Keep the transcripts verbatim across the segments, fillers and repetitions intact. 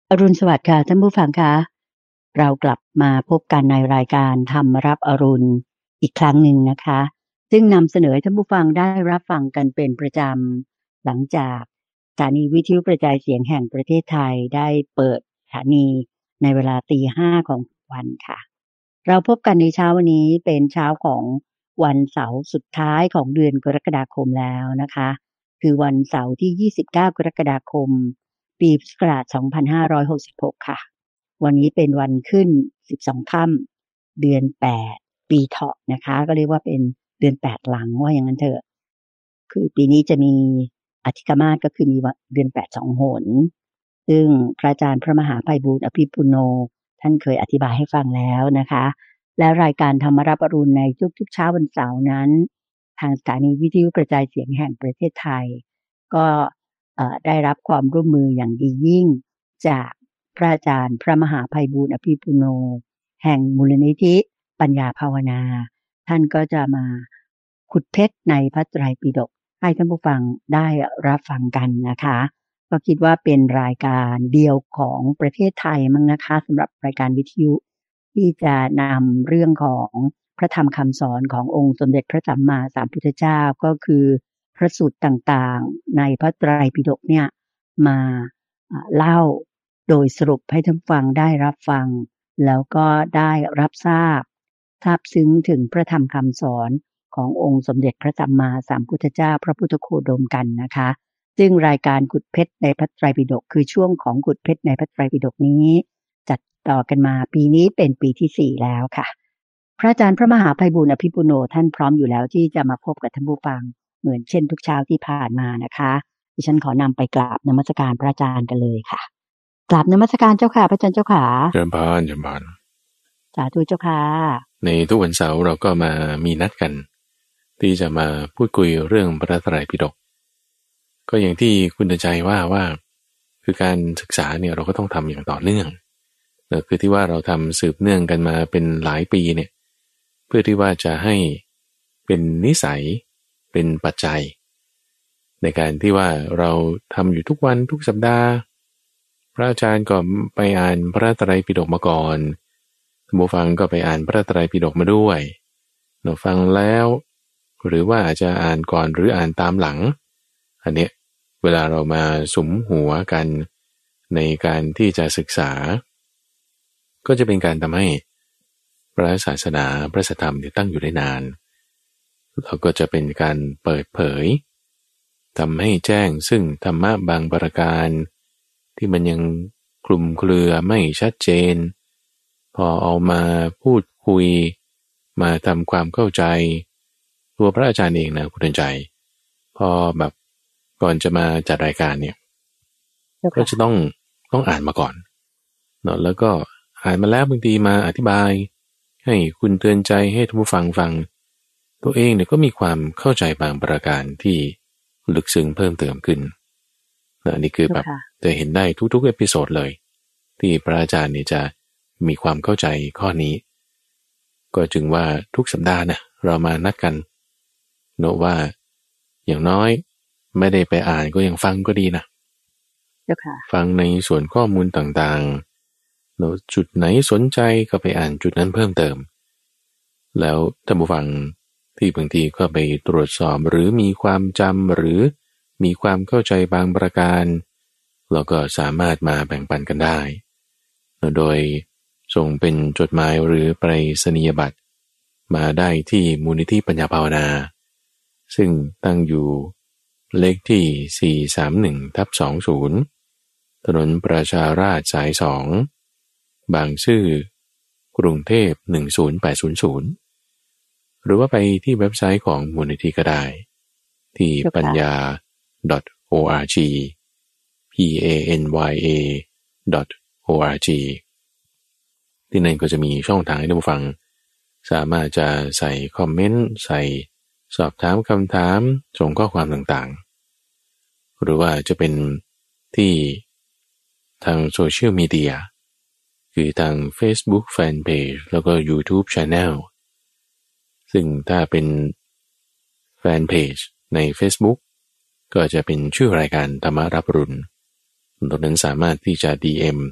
อรุณสวัสดิ์ค่ะท่านผู้ฟังคะเรากลับมาพบกันในรายการธรรมรับอรุณอีกครั้งหนึ่งนะคะซึ่งนำเสนอให้ท่านผู้ฟังได้รับฟังกันเป็นประจำหลังจากสถานีวิทยุกระจายเสียงแห่งประเทศไทยได้เปิดสถานีในเวลาตีห้าของวันค่ะเราพบกันในเช้าวันนี้เป็นเช้าของวันเสาร์สุดท้ายของเดือนกรกฎาคมแล้วนะคะคือวันเสาร์ที่ยี่สิบเก้ากรกฎาคมปีพุทธศักราชสองพันห้าร้อยหกสิบหกค่ะวันนี้เป็นวันขึ้นสิบสองค่ำเดือนแปดปีเถาะนะคะก็เรียกว่าเป็นเดือนแปดหลังว่าอย่างนั้นเถอะคือปีนี้จะมีอธิกมาสก็คือมีเดือนแปดสองหนซึ่งพระอาจารย์พระมหาไพบูลย์อภิปุโนท่านเคยอธิบายให้ฟังแล้วนะคะและรายการธรรมรับอรุณในทุกๆเช้าวันเสาร์นั้นทางสถานีวิทยุกระจายเสียงแห่งประเทศไทยก็ได้รับความร่วมมืออย่างดียิ่งจากพระอาจารย์พระมหาไพบูลย์อภิปุโนแห่งมูลนิธิปัญญาภาวนาท่านก็จะมาขุดเพชรในพระไตรปิฎกให้ท่านผู้ฟังได้รับฟังกันนะคะก็คิดว่าเป็นรายการเดียวของประเทศไทยมั้งนะคะสำหรับรายการวิทยุที่จะนำเรื่องของพระธรรมคำสอนขององค์สมเด็จพระสัมมาสัมพุทธเจ้าก็คือพระสูตรต่างๆในพระไตรปิฎกเนี่ยมาเล่าโดยสรุปให้ท่านฟังได้รับฟังแล้วก็ได้รับทราบทราบซึ้งถึงพระธรรมคำสอนขององค์สมเด็จพระสัมมาสัมพุทธเจ้าพระพุทธโคดมกันนะคะซึ่งรายการขุดเพชรในพระไตรปิฎกคือช่วงของขุดเพชรในพระไตรปิฎกนี้จัดต่อกันมาปีนี้เป็นปีที่สี่แล้วค่ะพระอาจารย์พระมหาไพบูลย์อภิปุโนท่านพร้อมอยู่แล้วที่จะมาพบกับท่านผู้ฟังเหมือนเช่นทุกเช้าที่ผ่านมานะคะดิฉันขอนำไปกราบนมัสการพระอาจารย์กันเลยค่ะกราบนมัสการเจ้าค่ะพระอาจารย์เจ้าค่ะเจริญพรเจริญพรสาธุเจ้าค่ะในทุกวันเสาร์เราก็มามีนัดกันที่จะมาพูดคุยเรื่องพระไตรปิฎกก็อย่างที่คุณเตือนใจว่าว่าคือการศึกษาเนี่ยเราก็ต้องทำอย่างต่อเนื่องนะคือที่ว่าเราทำสืบเนื่องกันมาเป็นหลายปีเนี่ยเพื่อที่ว่าจะให้เป็นนิสัยเป็นปัจจัยในการที่ว่าเราทำอยู่ทุกวันทุกสัปดาห์พระอาจารย์ก็ไปอ่านพระไตรปิฎกมาก่อนท่านผู้ฟังก็ไปอ่านพระไตรปิฎกมาด้วยเราฟังแล้วหรือว่าอาจจะอ่านก่อนหรืออ่านตามหลังอันเนี้ยเวลาเรามาสุมหัวกันในการที่จะศึกษาก็จะเป็นการทำให้พระศาสนาพระธรรมที่ตั้งอยู่ได้นานเราก็จะเป็นการเปิดเผยทำให้แจ้งซึ่งธรรมะบางประการที่มันยังคลุมเครือไม่ชัดเจนพอเอามาพูดคุยมาทำความเข้าใจตัวพระอาจารย์เองนะคุณใจพอแบบก่อนจะมาจัดรายการเนี่ยก็จะต้องต้องอ่านมาก่อนเนาะแล้วก็อ่านมาแล้วบางทีมาอธิบายให้คุณเตือนใจให้ท่านผู้ฟังฟังตัวเองเนี่ยก็มีความเข้าใจบางประการที่ลึกซึ้งเพิ่มเติมขึ้นนะนี่คือแบบจะเห็นได้ทุกๆเอพิโซดเลยที่พระอาจารย์เนี่ยจะมีความเข้าใจข้อนี้ก็จึงว่าทุกสัปดาห์นะเรามานัดกันโน้ว่าอย่างน้อยไม่ได้ไปอ่านก็ยังฟังก็ดีนะฟังในส่วนข้อมูลต่างๆโน้จุดไหนสนใจก็ไปอ่านจุดนั้นเพิ่มเติมแล้วท่านผู้ฟังที่บางทีก็ไปตรวจสอบหรือมีความจำหรือมีความเข้าใจบางประการเราก็สามารถมาแบ่งปันกันได้โดยส่งเป็นจดหมายหรือไปรษณียบัตรมาได้ที่มูลนิธิปัญญาภาวนาซึ่งตั้งอยู่เลขที่สี่ สาม หนึ่ง ทับ สองสิบถนนประชาราษฎร์สายสองบางซื่อกรุงเทพหนึ่งศูนย์แปดศูนย์ศูนย์หรือว่าไปที่เว็บไซต์ของมูลนิธิก็ได้ที่ปัญญา .org p a n y a .org ที่นั่นก็จะมีช่องทางให้ท่านผู้ฟังสามารถจะใส่คอมเมนต์ใส่สอบถามคำถามส่งข้อความต่างๆหรือว่าจะเป็นที่ทางโซเชียลมีเดียคือทาง Facebook Fanpage แล้วก็ YouTube Channel ซึ่งถ้าเป็นแฟนเพจใน Facebook ก็จะเป็นชื่อรายการธรรมรับอรุณตรงนั้นสามารถที่จะ ดี เอ็ม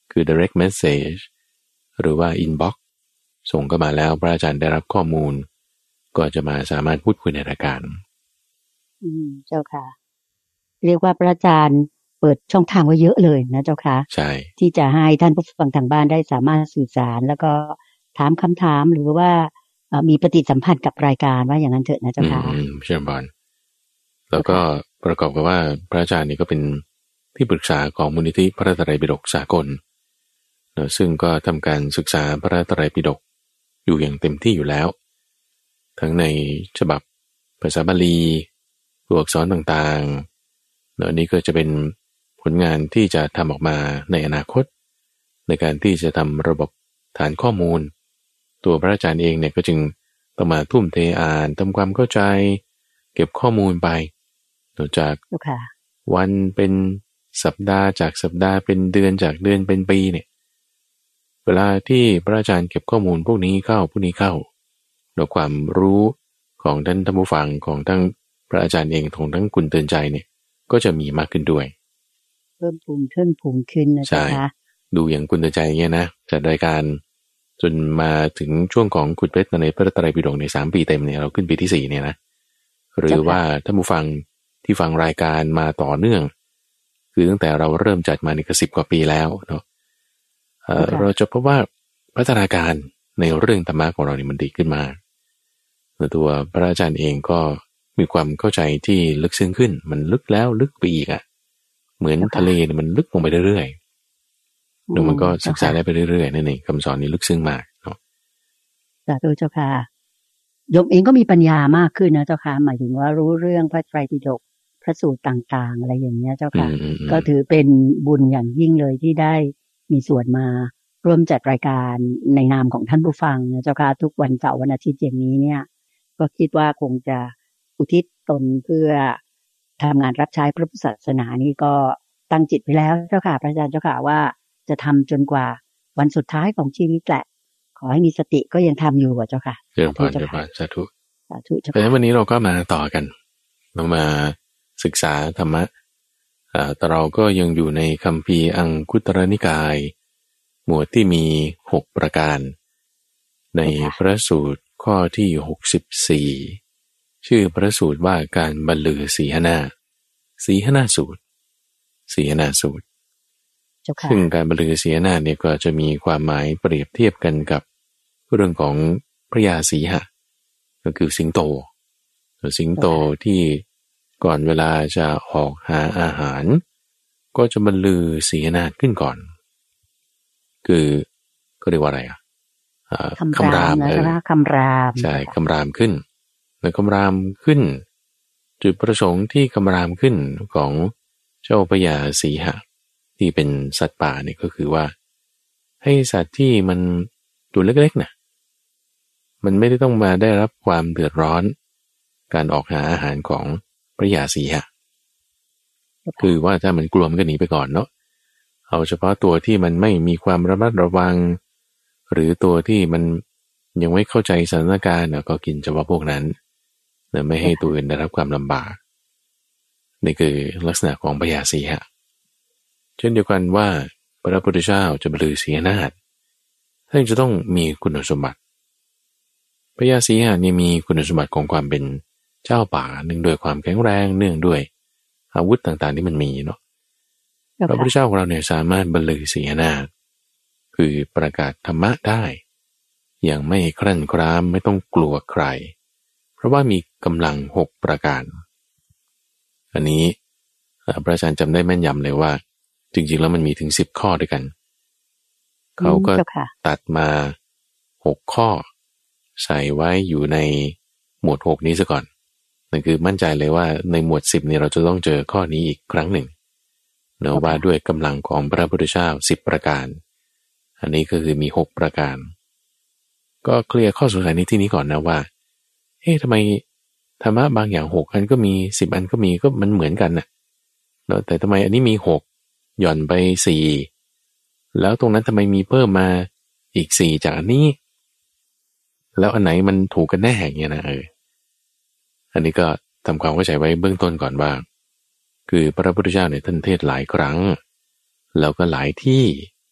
คือ direct message หรือว่า inbox ส่งเข้ามาแล้วพระอาจารย์ได้รับข้อมูลก็จะมาสามารถพูดคุยในรายการอืมเจ้าค่ะเรียกว่าพระอาจารย์เปิดช่องทางไว้เยอะเลยนะเจ้าค่ะใช่ที่จะให้ท่านผู้ฟังทางบ้านได้สามารถสื่อสารแล้วก็ถามคำถามหรือว่ามีปฏิสัมพันธ์กับรายการว่าอย่างนั้นเถอะนะเจ้าค่ะอืมเชิญบอลแล้วก็ประกอบกับว่าพระอาจารย์นี่ก็เป็นที่ปรึกษาของมูลนิธิพระไตรปิฎกสากลนะซึ่งก็ทำการศึกษาพระไตรปิฎกอยู่อย่างเต็มที่อยู่แล้วทั้งในฉบับภาษาบาลีตัวอักษรต่างๆแล้วนี้ก็จะเป็นผลงานที่จะทำออกมาในอนาคตในการที่จะทำระบบฐานข้อมูลตัวพระอาจารย์เองเนี่ยก็จึงต้องมาทุ่มเทอ่านทำความเข้าใจเก็บข้อมูลไปจากวันเป็นสัปดาห์จากสัปดาห์เป็นเดือนจากเดือนเป็นปีเนี่ยเวลาที่พระอาจารย์เก็บข้อมูลพวกนี้เข้าพวกนี้เข้าแล้วความรู้ของท่านท่านผู้ฟังของทั้งพระอาจารย์เองของทั้งคุณเตือนใจเนี่ยก็จะมีมากขึ้นด้วยเพิ่มภูมิขึ้นภูมิขึ้นนะจ๊ะดูอย่างคุณเตือนใจเงี้ยนะจัดรายการจนมาถึงช่วงของขุดเพชรในพระไตรปิฎกในสามปีเต็มเนี่ยเราขึ้นปีที่สี่เนี่ยนะหรือว่าท่านผู้ฟังที่ฟังรายการมาต่อเนื่องคือตั้งแต่เราเริ่มจัดมานี่ก็สิบกว่าปีแล้วเนาะเราจะพบว่าพัฒนาการในเรื่องธรรมะของเรานี่มันดีขึ้นมากตัวพระอาจารย์เองก็มีความเข้าใจที่ลึกซึ้งขึ้นมันลึกแล้วลึกไปอีกอ่ะเหมือนทะเลเนี่ยมันลึกลงไปเรื่อยๆแล้วมันก็ศึกษาได้ไปเรื่อยๆนั่นเองคำสอนนี้ลึกซึ้งมากเนาะสาธุเจ้าค่ะโยมเองก็มีปัญญามากขึ้นนะเจ้าค่ะหมายถึงว่ารู้เรื่องพระไตรปิฎกพระสูตรต่างๆอะไรอย่างเงี้ยเจ้าค่ะก็ถือเป็นบุญอย่างยิ่งเลยที่ได้มีส่วนมาร่วมจัดรายการในนามของท่านผู้ฟังนะเจ้าค่ะทุกวันเสาร์วันอาทิตย์อย่างนี้เนี่ยก็คิดว่าคงจะอุทิศตนเพื่อทำงานรับใช้พระพุทธศาสนานี่ก็ตั้งจิตไว้แล้วเจ้าค่ะพระอาจารย์เจ้าค่ะว่าจะทำจนกว่าวันสุดท้ายของชีวิตแหละขอให้มีสติก็ยังทำอยู่เจ้าค่ะเจริญพรเจริญพรสาธุสาธุเจ้าค่ะเพราะฉะนั้นวันนี้เราก็มาต่อกันเรามาศึกษาธรรมะแต่เราก็ยังอยู่ในคัมภีร์อังคุตรนิกายหมวดที่มีหกประการในพระสูตรข้อที่หกสิบสี่ชื่อพระสูตรว่าการบรรลือสีหนาสีหนาสูตรสีหนาสูตรซึ่งการบรรลือสีหนาเนี่ยก็จะมีความหมายเปรียบเทียบกันกับเรื่องของพระยาสีหะก็คือสิงโตสิงโตที่ก่อนเวลาจะออกหาอาหารก็จะบรรลือสีหนาขึ้นก่อนคือก็เรียกว่าอะไรอ่ะคำรามเออคำรามใช่คำรามขึ้นแล้วคำรามขึ้นจุดประสงค์ที่คำรามขึ้นของเจ้าพญาสีหะที่เป็นสัตว์ป่าเนี่ยก็คือว่าให้สัตว์ที่มันตัวเล็กๆนะมันไม่ได้ต้องมาได้รับความเดือดร้อนการออกหาอาหารของพระยาสีหะคือว่าถ้ามันกลัวมันก็หนีไปก่อนเนาะเอาเฉพาะตัวที่มันไม่มีความระมัดระวังหรือตัวที่มันยังไม่เข้าใจสถานการณ์ก็กินเฉพาะพวกนั้นและไม่ให้ตัวอื่นได้รับความลำบากนี่คือลักษณะของพญาสีหะเช่นเดียวกันว่าพระพุทธเจ้าจะบรรลือสีหนาฏท่านจะต้องมีคุณสมบัติพญาสีหะนี่มีคุณสมบัติของความเป็นเจ้าป่าเนื่องด้วยความแข็งแรงเนื่องด้วยอาวุธต่างๆที่มันมีเนาะพระพุทธเจ้าของเราเนี่ยสามารถบรรลือสีหนาฏคือประกาศธรรมะได้อย่างไม่ครั่นครามไม่ต้องกลัวใครเพราะว่ามีกำลังหกประการอันนี้พระอาจารย์จำได้แม่นยำเลยว่าจริงๆแล้วมันมีถึงสิบข้อด้วยกันเขาก็ตัดมาหกข้อใส่ไว้อยู่ในหมวดหกนี้ซะก่อนนั่นคือมั่นใจเลยว่าในหมวดสิบนี้เราจะต้องเจอข้อนี้อีกครั้งหนึ่งเนื่องว่าด้วยกำลังของพระพุทธเจ้าสิบประการอันนี้ก็คือมีหกประการก็เคลียร์ข้อสงสัยในที่นี้ก่อนนะว่าเอ๊ะทำไมธรรมะบางอย่างหกอันก็มีสิบอันก็มีก็มันเหมือนกันน่ะเนาะแต่ทำไมอันนี้มีหกหย่อนไปสี่แล้วตรงนั้นทำไมมีเพิ่มมาอีกสี่จากอันนี้แล้วอันไหนมันถูกกันแน่อย่างเงี้ยนะเอออันนี้ก็ทำความเข้าใจไว้เบื้องต้นก่อนว่าคือพระพุทธเจ้าเนี่ยท่านเทศหลายครั้งแล้วก็หลายที่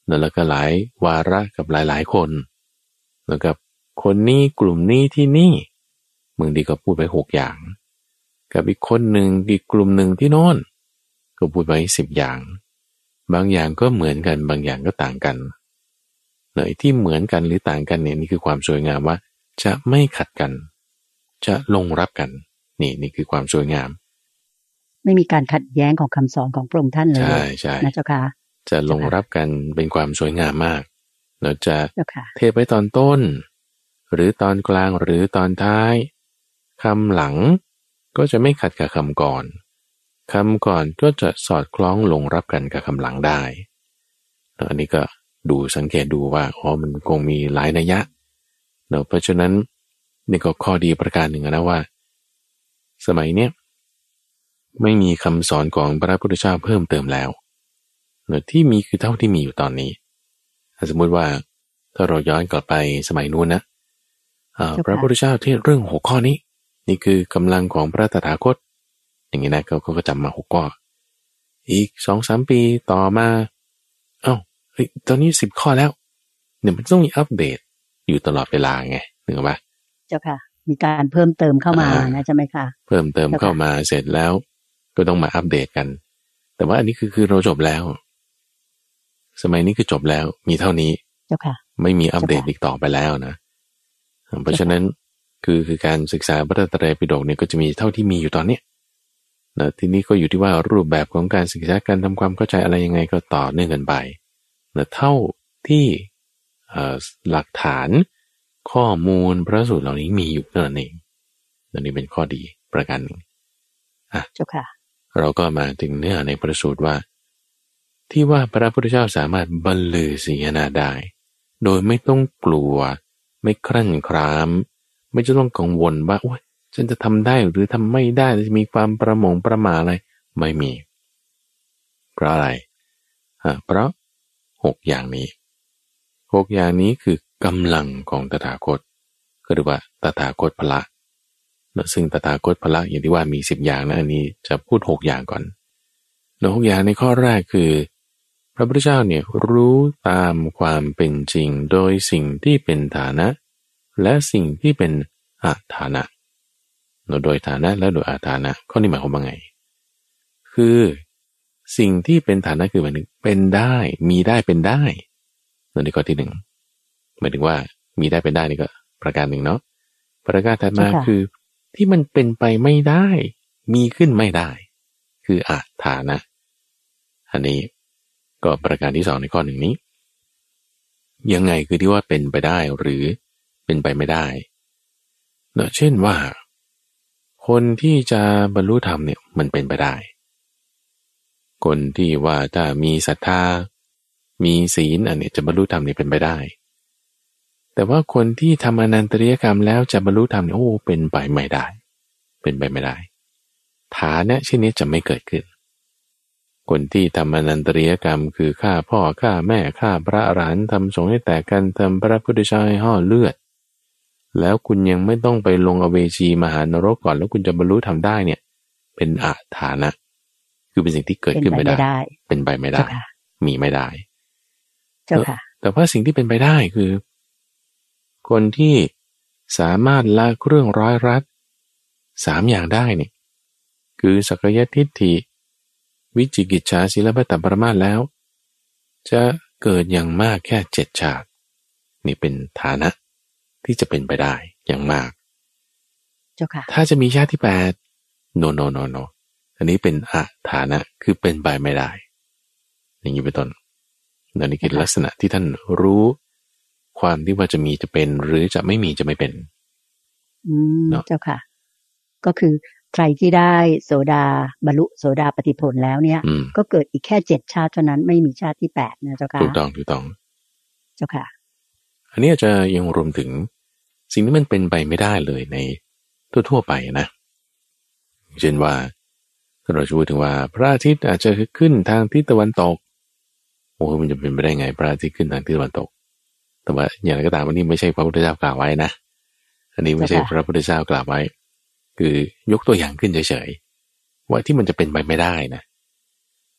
แล้วก็หลายวาระกับหลายๆคนแล้วกับคนนี้กลุ่มนี้ที่นี่บางทีก็พูดไปหกอย่างกับอีกคนหนึ่งอีกกลุ่มหนึ่งที่โน่นก็พูดไปสิบอย่างบางอย่างก็เหมือนกันบางอย่างก็ต่างกันเนยที่เหมือนกันหรือต่างกันเนี่ยนี่คือความสวยงามว่าจะไม่ขัดกันจะลงรับกันนี่นี่คือความสวยงามไม่มีการขัดแย้งของคำสอนของพระองค์ท่านเลยใช่ใช่นะเจ้าค่ะจะลงรับกันเป็นความสวยงามมากเราจะเทศไปตอนต้นหรือตอนกลางหรือตอนท้ายคำหลังก็จะไม่ขัดกับคำก่อนคำก่อนก็จะสอดคล้องลงรับกันกับคำหลังได้อันนี้ก็ดูสังเกตดูว่าอ๋อมันคงมีหลายนัยยะเนาะเพราะฉะนั้นนี่ก็ข้อดีประการหนึ่งนะว่าสมัยเนี้ยไม่มีคำสอนของพระพุทธเจ้าเพิ่มเติมแล้วเนาะที่มีคือเท่าที่มีอยู่ตอนนี้สมมติว่าถ้าเราย้อนกลับไปสมัยนู้นนะพระพุทธเจ้าที่เรื่องหกข้อนี้นี่คือกำลังของพระตถาคตอย่างนี้นะเขาก็จำมาหกข้ออีกสองสามปีต่อมาเอ้าเฮ้ยตอนนี้สิบข้อแล้วเนี่ยมันต้องมีอัปเดตอยู่ตลอดเวลาไงนึกออกปะเจ้าค่ะมีการเพิ่มเติมเข้ามานะใช่ไหมคะเพิ่มเติมเข้ามาเสร็จแล้วก็ต้องมาอัปเดตกันแต่ว่าอันนี้คือคือเราจบแล้วสมัยนี้คือจบแล้วมีเท่านี้เจ้าค่ะไม่มีอัปเดตอีกต่อไปแล้วนะเพราะฉะนั้นคือคือการศึกษาพระไตรปิฎกเนี่ยก็จะมีเท่าที่มีอยู่ตอนนี้นะทีนี้ก็อยู่ที่ว่ารูปแบบของการศึกษาการทำความเข้าใจอะไรยังไงก็ต่อเนื่องกันไปนะเท่าที่หลักฐานข้อมูลพระสูตรเหล่านี้มีอยู่นั่นเองนั่นนี่เป็นข้อดีประการหนึ่งอ่ะเจ้าค่ะเราก็มาถึงเนื้อในพระสูตรว่าที่ว่าพระพุทธเจ้าสามารถบรรลือสีนาได้โดยไม่ต้องกลัวไม่ครั่นครามไม่จะต้องกังวลว่าโอ๊ยฉันจะทำได้หรือทำไม่ได้จะมีความประมงประมาอะไรไม่มีเพราะอะไรอ่าเพราะหกอย่างนี้หกอย่างนี้คือกำลังของตถาคตก็เรียกว่าตถาคตพละซึ่งตถาคตพละอย่างที่ว่ามีสิบอย่างนะอันนี้จะพูดหกอย่างก่อนแล้วหกอย่างในข้อแรกคือพระพุทธเจ้าเนี่ยรู้ตามความเป็นจริงโดยสิ่งที่เป็นฐานะและสิ่งที่เป็นอาฐานะโดยฐานะและโดยอาฐานะข้อนี้หมายความว่าไงคือสิ่งที่เป็นฐานะคือหมายถึงเป็นได้มีได้เป็นได้นั่นในข้อที่หนึ่งหมายถึงว่ามีได้เป็นได้นี่ก็ประการหนึ่งเนาะประการถัดมาคือที่มันเป็นไปไม่ได้มีขึ้นไม่ได้คืออาฐานะอันนี้ก็ประการที่สองในข้อหนึ่งนี้ยังไงคือที่ว่าเป็นไปได้หรือเป็นไปไม่ได้เนาะเช่นว่าคนที่จะบรรลุธรรมเนี่ยมันเป็นไปได้คนที่ว่าถ้ามีศรัทธามีศีลอันนี้จะบรรลุธรรมนี่เป็นไปได้แต่ว่าคนที่ทำอนันตริยกรรมแล้วจะบรรลุธรรมเนี่ยโอ้เป็นไปไม่ได้เป็นไปไม่ได้ฐานะเช่นนี้จะไม่เกิดขึ้นคนที่ทำอนันตริยกรรมคือฆ่าพ่อฆ่าแม่ฆ่าพระอรหันต์ทำสงฆ์ให้แตกกันทำพระพุทธเจ้าให้ห่อเลือดแล้วคุณยังไม่ต้องไปลงอเวจีมหานรกก่อนแล้วคุณจะบรรลุทำได้เนี่ยเป็นอาฐานะคือเป็นสิ่งที่เกิดขึ้นไม่ได้เป็นไปไม่ได้มีไม่ได้เจ้าค่ะแต่ว่าสิ่งที่เป็นไปได้คือคนที่สามารถละเครื่องร้อยรัดสามอย่างได้เนี่ยคือสักยทิฏฐิวิจิกิจฉาศีลพัตตปรมาสแล้วจะเกิดอย่างมากแค่เจ็ดชาตินี่เป็นฐานะที่จะเป็นไปได้อย่างมากเจ้าค่ะถ้าจะมีชาติที่แปดโนโนโนโนอันนี้เป็นอาฐานะคือเป็นไปไม่ได้อย่างนี้เป็นต้นนั่นนี่คือลักษณะที่ท่านรู้ความที่ว่าจะมีจะเป็นหรือจะไม่มีจะไม่เป็นอืมเจ้าค่ะก็คือใครที่ได้โสดาบรรลุโสดาปัตติผลแล้วเนี่ยก็เกิดอีกแค่เจ็ดชาติเท่านั้นไม่มีชาติที่แปดนะเจ้าค่ะถูกต้องถูกต้องเจ้าค่ะอันนี้จะยังรวมถึงสิ่งที่มันเป็นไปไม่ได้เลยในทั่วๆไปนะเช่นว่าเราจะพูดถึงว่าพระอาทิตย์อาจจะขึ้นทางทิศตะวันตกโอ้มันจะเป็นไปได้ไงพระอาทิตย์ขึ้นทางทิศตะวันตกแต่ว่าอย่างไรก็ตามวันนี้ไม่ใช่พระพุทธเจ้ากล่าวไว้นะอันนี้ไม่ใช่พระพุทธเจ้ากล่าวไว้คือยกตัวอย่างขึ้นเฉยๆว่าที่มันจะเป็นไปไม่ได้นะ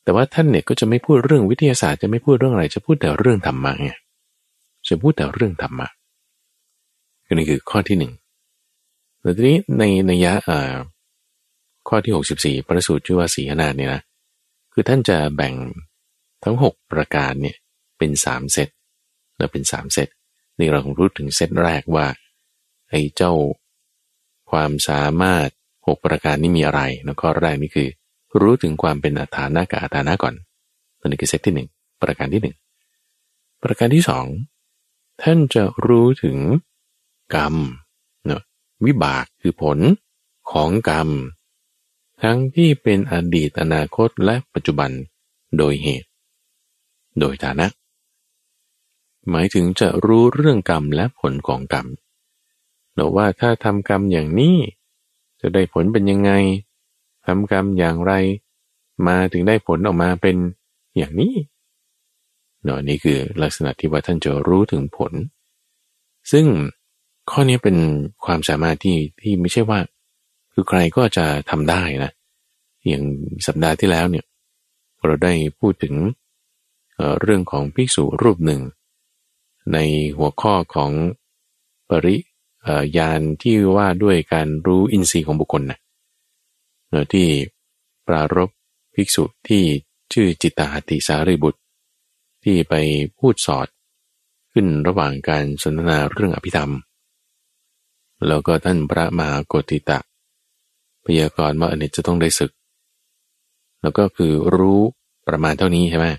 แต่ว่าท่านเนี่ยก็จะไม่พูดเรื่องวิทยาศาสตร์จะไม่พูดเรื่องอะไรจะพูดแต่เรื่องธรรมะไงจะพูดแต่เรื่องธรรมะก็นี่คือข้อที่หนึ่งแล้วทีนี้ในนัยยะอ่าข้อที่หกสิบสี่พระสูตรชื่อว่าสีหนาฏเนี่ยนะคือท่านจะแบ่งทั้งหกประการเนี่ยเป็นสามเซตแล้วเป็นสามเซตนี่เราคงรู้ถึงเซตแรกว่าไอ้เจ้าความสามารถหกประการนี้มีอะไรแล้วข้อแรกนี่คือรู้ถึงความเป็นอัฏฐานะกับอัฏฐานะก่อนตัวนี้คือเซตที่หนึ่งประการที่หนึ่งประการที่สองท่านจะรู้ถึงกรรมเนาะวิบากคือผลของกรรมทั้งที่เป็นอดีตอนาคตและปัจจุบันโดยเหตุโดยฐานะหมายถึงจะรู้เรื่องกรรมและผลของกรรมเนาะว่าถ้าทำกรรมอย่างนี้จะได้ผลเป็นยังไงทำกรรมอย่างไรมาถึงได้ผลออกมาเป็นอย่างนี้เนาะนี่คือลักษณะที่ว่าท่านจะรู้ถึงผลซึ่งข้อนี้เป็นความสามารถที่ที่ไม่ใช่ว่าคือใครก็จะทำได้นะอย่างสัปดาห์ที่แล้วเนี่ยเราได้พูดถึง เอ่อ เรื่องของภิกษุรูปหนึ่งในหัวข้อของปริญาณที่ว่าด้วยการรู้อินทรีย์ของบุคคลนะเนาะที่ปรารภภิกษุที่ชื่อจิตตหติสารีบุตรที่ไปพูดสอดขึ้นระหว่างการสนทนาเรื่องอภิธรรมแล้วก็ท่านพระมหาโกฏิตะพยากรณ์ว่าอันนี้จะต้องได้ศึกแล้วก็คือรู้ประมาณเท่านี้ใช่ไหม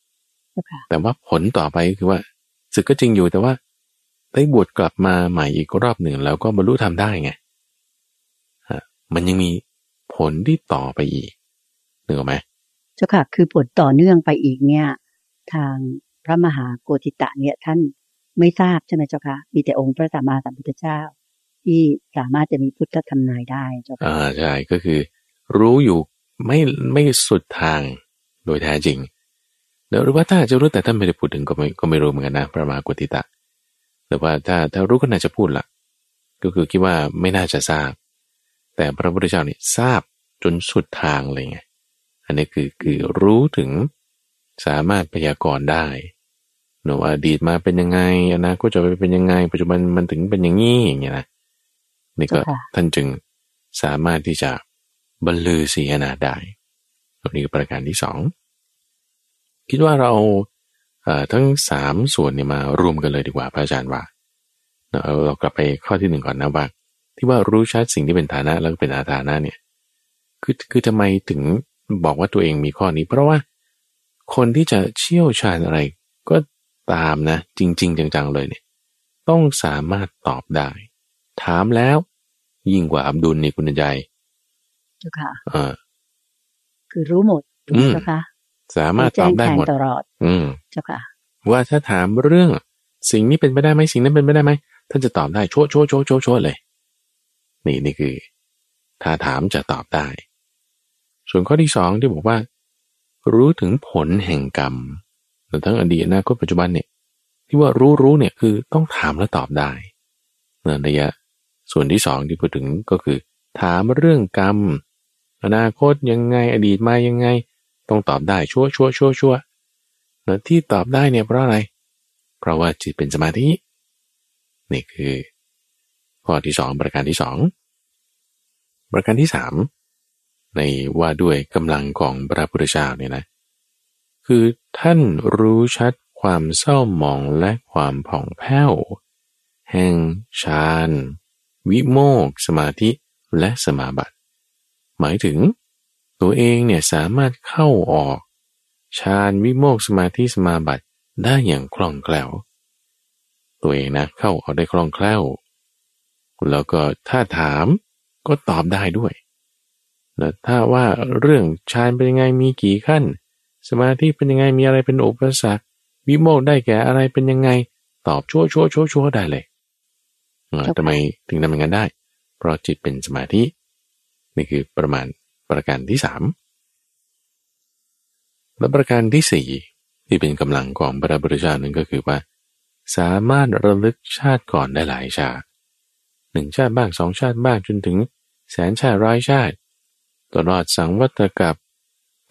okay. แต่ว่าผลต่อไปคือว่าศึกก็จริงอยู่แต่ว่าได้บวชกลับมาใหม่อีกรอบหนึ่งแล้วก็บรรลุธรรมได้ไงมันยังมีผลที่ต่อไปอีกนึกออกไหมเจ้าค่ะคือผลต่อเนื่องไปอีกเนี่ยทางพระมหาโกฏิตะเนี่ยท่านไม่ทราบใช่ไหมเจ้าค่ะมีแต่องค์พระสัมมาสัมพุทธเจ้าที่สามารถจะมีพุทธทำนายได้เจ้าค่ะอ่าใช่ก็คือรู้อยู่ไม่ไม่สุดทางโดยแท้จริงหรือว่าถ้าจะรู้แต่ท่านไม่ได้พูดถึงก็ไม่ก็ไม่รู้เหมือนกันนะพระมหาโกฏิตะแต่ว่าถ้าถ้ารู้ก็น่าจะพูดละก็คือคิดว่าไม่น่าจะทราบแต่พระพุทธเจ้านี่ทราบจนสุดทางเลยไงอันนี้คือคือรู้ถึงสามารถพยากรณ์ได้เนอะว่าอดีตมาเป็นยังไงอนาคตจะไปเป็นยังไงปัจจุบันมันถึงเป็นอย่างนี้อย่างเงี้ยนะนี่ก็ท่านจึงสามารถที่จะบรรลือสีหนาฏได้ตรงนี้ประการที่สองคิดว่าเราเอ่อทั้งสามส่วนเนี่ยมารวมกันเลยดีกว่าพระอาจารย์ว่าเราเรากลับไปข้อที่หนึ่งก่อนนะว่าที่ว่ารู้ชัดสิ่งที่เป็นฐานะแล้วก็เป็นอาฐานะเนี่ยคือคือทำไมถึงบอกว่าตัวเองมีข้อนี้เพราะว่าคนที่จะเชี่ยวชาญอะไรก็ตามนะจริงๆจังๆเลยเนี่ยต้องสามารถตอบได้ถามแล้วยิ่งกว่าอับดุลนี่คุณใจเจ้าค่ะเออคือรู้หมดถูกไหมเจ้าค่ะสามารถตอบได้หมดตลอดอืมเจ้าค่ะว่าถ้าถามเรื่องสิ่งนี้เป็นไปได้ไหมสิ่งนั้นเป็นไปได้ไหมท่านจะตอบได้โชว์โชว์โชว์โชว์โชว์เลยนี่นี่คือถ้าถามจะตอบได้ส่วนข้อที่สองที่บอกว่ารู้ถึงผลแห่งกรรมทั้งอดีตอนาคตปัจจุบันเนี่ยที่ว่ารู้รู้เนี่ยคือต้องถามและตอบได้ในระยะส่วนที่สองที่พูดถึงก็คือถามเรื่องกรรมอนาคตยังไงอดีตมายังไงต้องตอบได้ชัวชัวชัวชัวแล้วที่ตอบได้เนี่ยเพราะอะไรเพราะว่าจิตเป็นสมาธินี่คือข้อที่สองประการที่สองประการที่สามในว่าด้วยกำลังของพระพุทธเจ้าเนี่ยนะคือท่านรู้ชัดความเศร้าหมองและความผ่องแผ้วแห่งฌานวิโมกข์สมาธิและสมาบัติหมายถึงตัวเองเนี่ยสามารถเข้าออกฌานวิโมกข์สมาธิสมาบัติได้อย่างคล่องแคล่วตัวเองนะเข้าออกได้คล่องแคล่วแล้วก็ถ้าถามก็ตอบได้ด้วยแล้วถ้าว่าเรื่องฌานเป็นยังไงมีกี่ขั้นสมาธิเป็นยังไงมีอะไรเป็นอุปสรรควิโมกข์ได้แก่อะไรเป็นยังไงตอบชั่วชั่วชั่วชั่วได้เลยทำไมถึงทำอย่างนั้นได้เพราะจิตเป็นสมาธินี่คือประมาณประการที่สามและประการที่สี่ที่เป็นกำลังของพระพุทธเจ้านั้นก็คือว่าสามารถระลึกชาติก่อนได้หลายชาติหนึ่งชาติบ้างสองชาติบ้างจนถึงแสนชาติร้อยชาติตลอดสังวัตกัป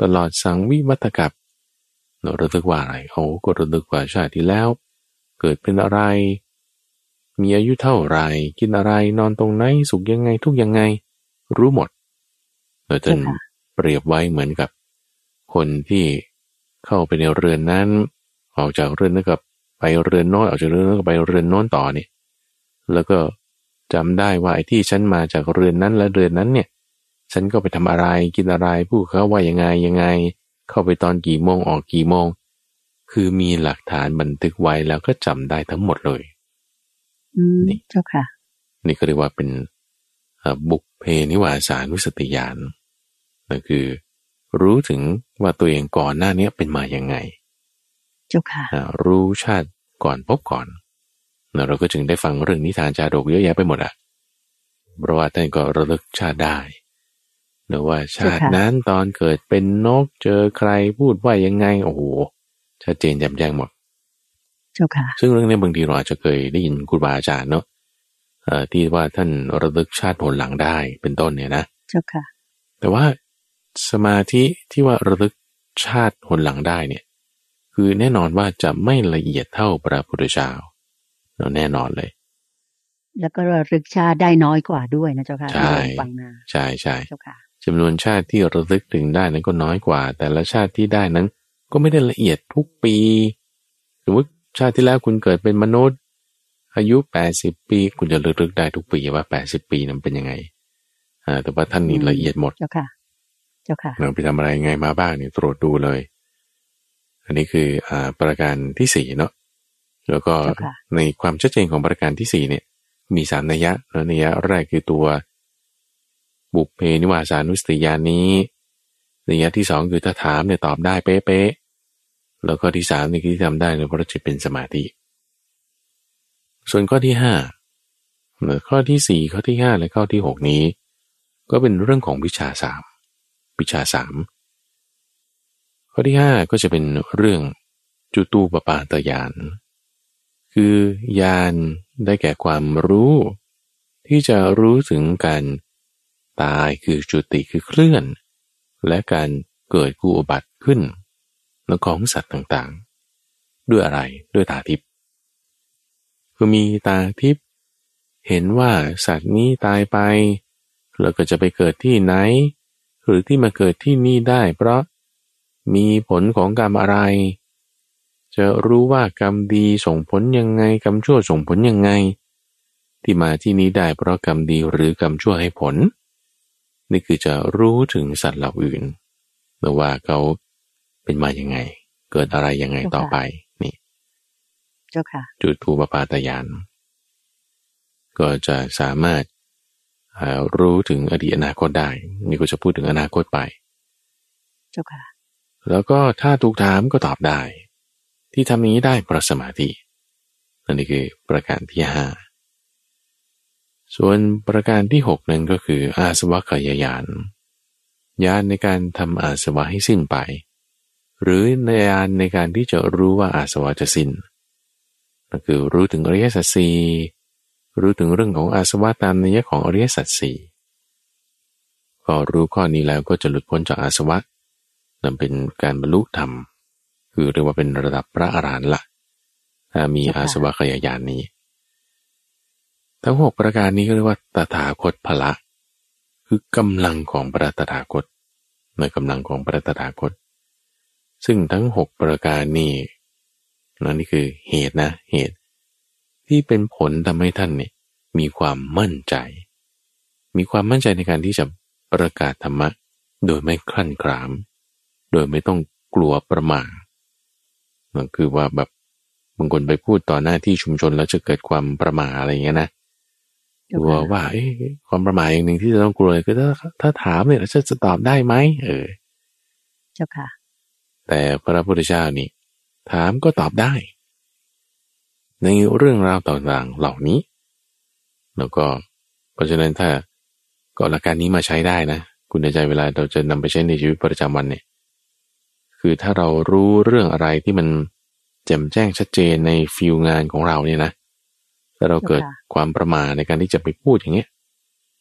ตลอดสังวิวัตกับเราระลึกว่าอะไรเขาก็ระลึกว่าชาติที่แล้วเกิดเป็นอะไรมีอายุเท่าไรกินอะไรนอนตรงไหนสุขยังไงทุกยังไงรู้หมดเราจนเปรียบไว้เหมือนกับคนที่เข้าไปในเรือนนั้นออกจากเรือนนั้นกับไปเรือนโน้นออกจากเรือนนั้นก็ไปเรือนโน้นต่อนี่แล้วก็จำได้ว่าไอ้ที่ฉันมาจากเรือนนั้นและเรือนนั้นเนี่ยฉันก็ไปทำอะไรกินอะไรพูดเขาว่ายังไงยังไงเข้าไปตอนกี่โมงออกกี่โมงคือมีหลักฐานบันทึกไว้แล้วก็จำได้ทั้งหมดเลยอืมเจ้าค่ะนี่ก็เรียกว่าเป็นบุพเพนิวาสานุสติญาณนั่นคือรู้ถึงว่าตัวเองก่อนหน้านี้เป็นมาอย่างไงเจ้าค่ะรู้ชาติก่อนพบก่อนเราก็จึงได้ฟังเรื่องนิทานจาดกเยอะแยะไปหมดอ่ะเพราะว่าท่านก็ระลึกชาติได้หรือว่าชาตินั้นตอนเกิดเป็นนกเจอใครพูดว่ายังไงโอ้โหชัดเจนแจ่มแจ้งหมดเจ้าค่ะซึ่งเรื่องนี้บางทีเราอาจจะเคยได้ยินครูบาอาจารย์เนาะเอ่อที่ว่าท่านระลึกชาติผลหลังได้เป็นต้นเนี่ยนะเจ้าค่ะแต่ว่าสมาธิที่ว่าระลึกชาติผลหลังได้เนี่ยคือแน่นอนว่าจะไม่ละเอียดเท่าพระพุทธเจ้าเราแน่นอนเลยแล้วก็ระลึกชาติได้น้อยกว่าด้วยนะเจ้าค่ะใช่ใช่ใช่เจ้าค่ะจำนวนชาติที่ระลึกถึงได้นั้นก็น้อยกว่าแต่ละชาติที่ได้นั้นก็ไม่ได้ละเอียดทุกปีสมมติชาติที่แล้วคุณเกิดเป็นมนุษย์อายุแปดสิบปีคุณจะระลึกได้ทุกปีว่าแปดสิบปีนั้นเป็นยังไงอ่าแต่ว่าท่านนี่ละเอียดหมดเจ้าค่ะเจ้าค่ะเราไปทำอะไรไงมาบ้างเนี่ยตรวจดูเลยอันนี้คืออ่าประการที่สี่เนาะแล้วก็ในความชัดเจนของประการที่สี่เนี่ยมีสามนัยยะแล้วนัยยะแรกคือตัวบุพเพนิวาสานุสติญาณนี้นัยยะที่สองคือถ้าถามเนี่ยตอบได้เป๊ะๆแล้วก็ที่สามนี่คือที่ทำได้เนี่ยเพราะจิตเป็นสมาธิส่วนข้อที่ห้าหรือข้อที่สี่ข้อที่ห้าและข้อที่หกนี้ก็เป็นเรื่องของวิชาสามวิชาสามข้อที่ห้าก็จะเป็นเรื่องจุตูปปาตญาณคือญาณได้แก่ความรู้ที่จะรู้ถึงการตายคือจุติคือเคลื่อนและการเกิดกุบัติขึ้นของสัตว์ต่างๆด้วยอะไรด้วยตาทิพย์คือมีตาทิพย์เห็นว่าสัตว์นี้ตายไปแล้วก็จะไปเกิดที่ไหนหรือที่มาเกิดที่นี่ได้เพราะมีผลของกรรมอะไรจะรู้ว่ากรรมดีส่งผลยังไงกรรมชั่วส่งผลยังไงที่มาที่นี้ได้เพราะกรรมดีหรือกรรมชั่วให้ผลนี่คือจะรู้ถึงสัตว์เหล่าอื่นหรือว่าเขาเป็นมายังไงเกิดอะไรยังไงต่อไปนี่เจ้าค่ะจุตูปปาตญาณก็จะสามารถรู้ถึงอดีตอนาคตได้นี่ก็จะพูดถึงอนาคตไปเจ้าค่ะแล้วก็ถ้าถูกถามก็ตอบได้ที่ทำนี้ได้เพราะสมาธินั่นนี่คือประการที่ห้าส่วนประการที่หกนั้นก็คืออาสวะขยญาณญาณในการทำอาสวะให้สิ้นไปหรือญาณในการที่จะรู้ว่าอาสวะจะสิ้นนั่นคือรู้ถึงอริยสัจสี่รู้ถึงเรื่องของอาสวะตามนัยยะของอริยสัจสี่พอรู้ข้อนี้แล้วก็จะหลุดพ้นจากอาสวะนั่นเป็นการบรรลุธรรมคือเรียกว่าเป็นระดับพระอรหันต์ละถ้ามีอาสวะขยญาณนี้ทั้งหกประการนี้ก็เรียกว่าตถาคตพละคือกำลังของพระตถาคตในกำลังของพระตถาคตซึ่งทั้งหกประการนี้นั่นนี่คือเหตุนะเหตุที่เป็นผลทำให้ท่านเนี่ยมีความมั่นใจมีความมั่นใจในการที่จะประกาศธรรมะโดยไม่คลั่นคลามโดยไม่ต้องกลัวประมาทนั่นคือว่าแบบบางคนไปพูดต่อหน้าที่ชุมชนแล้วจะเกิดความประมาทอะไรอย่างเงี้ยนะกลัวว่าเอ้ความประมาทอย่างหนึ่งที่จะต้องกลัวคือถ้าถ้าถามเนี่ยจะจะตอบได้ไหมเออเจ้าค่ะแต่พระพุทธเจ้านี่ถามก็ตอบได้ในเรื่องราวต่างๆเหล่านี้แล้วก็เพราะฉะนั้นถ้าก็หลักการนี้มาใช้ได้นะคุณใจเวลาเราจะนำไปใช้ในชีวิตประจำวันเนี่ยคือถ้าเรารู้เรื่องอะไรที่มันแจ่มแจ้งชัดเจนในฟิลงานของเราเนี่ยนะถ้าเราเกิดความประมาทในการที่จะไปพูดอย่างเงี้ย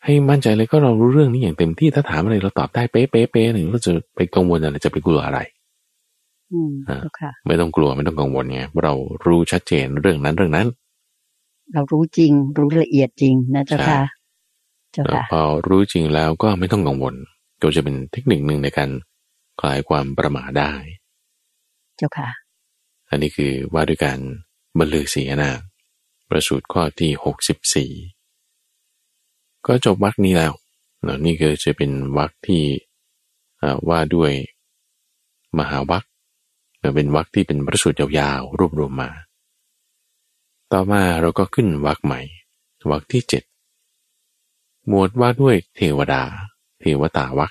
ให้มั่นใจเลยก็เรารู้เรื่องนี้อย่างเต็มที่ถ้าถามอะไรเราตอบได้เป๊ะเป๊ะเป๊ะหนึ่งเราจะไปกังวลอะไรจะไปกลัวอะไรอืมค่ะไม่ต้องกลัวไม่ต้องกังวลไงเรารู้ชัดเจนเรื่องนั้นเรื่องนั้นเรารู้จริงรู้ละเอียดจริงนะเจ้าค่ะเจ้าค่ะพอรู้จริงแล้วก็ไม่ต้องกังวลก็จะเป็นเทคนิคหนึ่งในการคลายความประหม่าได้เจ้าค่ะอันนี้คือว่าด้วยการบรรลือศีนาประสูตรข้อที่หกสิบสี่ก็จบวรรคนี้แล้วนี่ก็จะเป็นวรรคที่ว่าด้วยมหาวรรคเป็นวรรคที่เป็นประสูตรยาวๆรวบรวมมาต่อมาเราก็ขึ้นวรรคใหม่วรรคที่เจ็ดหมวดว่าด้วยเทวดาเทวตาวรรค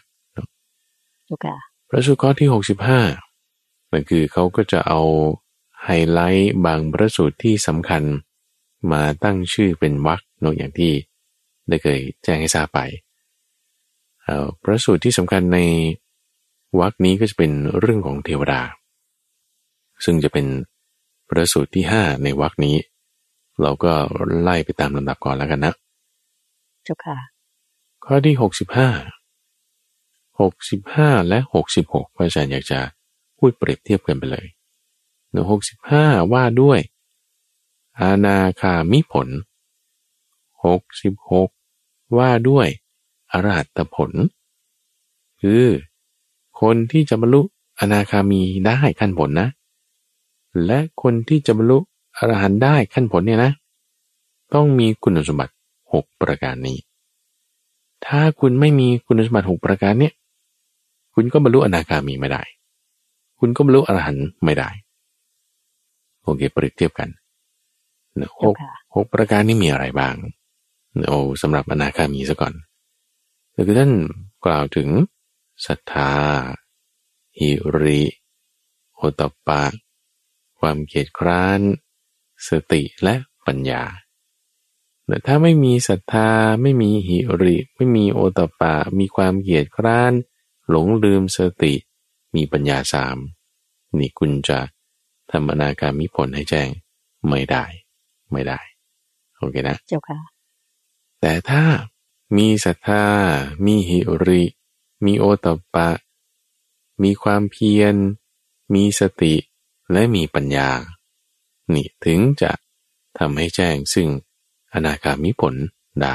ประสูตรข้อที่หกสิบห้านั่นคือเขาก็จะเอาไฮไลท์บางประสูตรที่สำคัญมาตั้งชื่อเป็นวรรคนอกอย่างที่ได้เคยแจ้งให้ทราบไปประสูตรที่สำคัญในวรรคนี้ก็จะเป็นเรื่องของเทวดาซึ่งจะเป็นประสูตรที่ห้าในวรรคนี้เราก็ไล่ไปตามลำดับก่อนแล้วกันนะเจ้าค่ะข้อที่หกสิบห้า หกสิบห้าและหกสิบหกพระอาจารย์อยากจะพูดเปรียบเทียบกันไปเลยในหกสิบห้าว่าด้วยอนาคามิผลหกสิบหกว่าด้วยอรหัตผลคือคนที่จะบรรลุอนาคามีได้ขั้นผลนะและคนที่จะบรรลุอรหันต์ได้ขั้นผลเนี่ยนะต้องมีคุณสมบัติหกประการนี้ถ้าคุณไม่มีคุณสมบัติหกประการเนี่ยคุณก็บรรลุอนาคามีไม่ได้คุณก็บรรลุอรหันต์ไม่ได้โอเคเปรียบเทียบกันหกหกประการนี้มีอะไรบ้างเอาสำหรับอนาคามีซะก่อนคือท่านกล่าวถึงศรัทธาหิริโอตตัปปะความเกียจคร้านสติและปัญญาแต่ถ้าไม่มีศรัทธาไม่มีหิริไม่มีโอตตัปปะมีความเกียจคร้านหลงลืมสติมีปัญญาสามนี่คุณจะทำอนาคามิผลให้แจ้งไม่ได้ไม่ได้โอเคนะเจ้าค่ะแต่ถ้ามีศรัทธามีหิริมีโอตตัปปะมีความเพียรมีสติและมีปัญญานี่ถึงจะทำให้แจ้งซึ่งอนาคามิผลได้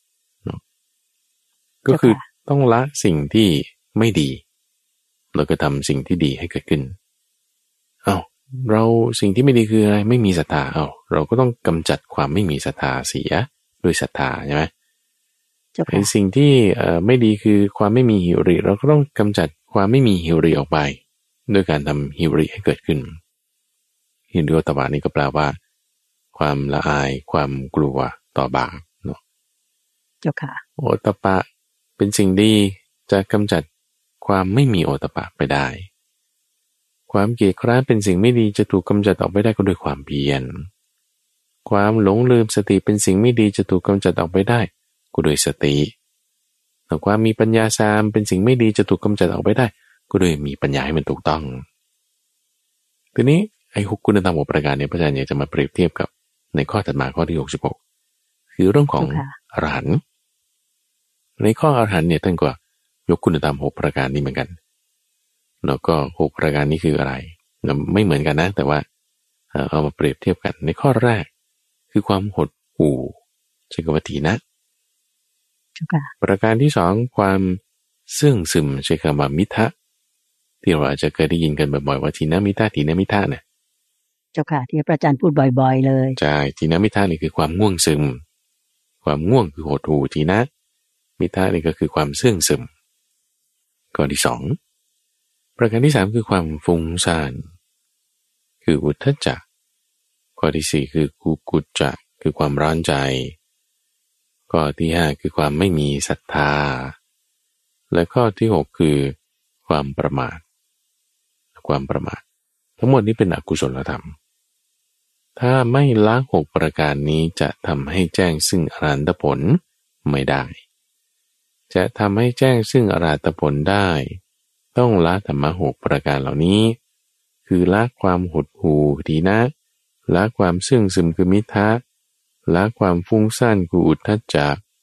ก็คือต้องละสิ่งที่ไม่ดีแล้วก็ทำสิ่งที่ดีให้เกิดขึ้นเอาเราสิ่งที่ไม่ดีคืออะไรไม่มีศรัทธาเอาเราก็ต้องกำจัดความไม่มีศรัทธาเสียด้วยศรัทธาใช่ไหมไอ้สิ่งที่เอ่อไม่ดีคือความไม่มีหิริเราก็ต้องกำจัดความไม่มีหิริออกไปด้วยการทำหิริให้เกิดขึ้นหิริโอตตัปปะนี่ก็แปลว่าความละอายความกลัวต่อบาปเนาะเจ้าค่ะโอตตัปปะเป็นสิ่งดีจะกำจัดความไม่มีโอตตัปปะไปได้ความเกียจคร้านเป็นสิ่งไม่ดีจะถูกกำจัดออกไปได้ก็ด้วยความเพียรความหลงลืมสติเป็นสิ่งไม่ดีจะถูกกำจัดออกไปได้ก็ด้วยสติแต่ความมีปัญญาสามเป็นสิ่งไม่ดีจะถูกกำจัดออกไปได้ก็ด้วยมีปัญญาให้มันถูกต้องทีนี้ไอ้หกคุณธรรมหกประการเนี่ยพระอาจารย์อยากจะมาเปรียบเทียบกับในข้อถัดมาข้อที่หกสิบหกคือเรื่องของอรหันต์ในข้ออรหันต์เนี่ยท่านก็ยกคุณธรรมหกประการนี้เหมือนกันแล้วก็หกประการนี้คืออะไรไม่เหมือนกันนะแต่ว่าเอามาเปรียบเทียบกันในข้อแรกคือความหดหู่ใช้คำว่าถีนะประการที่สองความเสื่องซึมใช้คำว่ามิทะที่เราอาจจะเคยได้ยินกันบ่อยๆว่าทีนะมิทะทีนะมิทะเนี่ยเจ้าค่ะที่พระอาจารย์พูดบ่อยๆเลยใช่ทีนะมิทะนี่คือความง่วงซึมความง่วงคือหดหู่ทีนะมิทะนี่ก็คือความเสื่องซึมข้อที่สองประการที่สามคือความฟุ้งซ่านคืออุทธัจจะข้อที่สี่คือกุกุจจะคือความร้อนใจข้อที่ห้าคือความไม่มีศรัทธาและข้อที่หกคือความประมาทความประมาททั้งหมดนี้เป็นอกุศลธรรมถ้าไม่ละหกประการนี้จะทำให้แจ้งซึ่งอรหันตผลไม่ได้จะทำให้แจ้งซึ่งอรหันตผลได้ต้องละธรรมะหกประการเหล่านี้คือละความหดหู่ทีนะละความเสื่องซึมคือมิทะละความฟุ้งซ่านคืออุทธัจจะ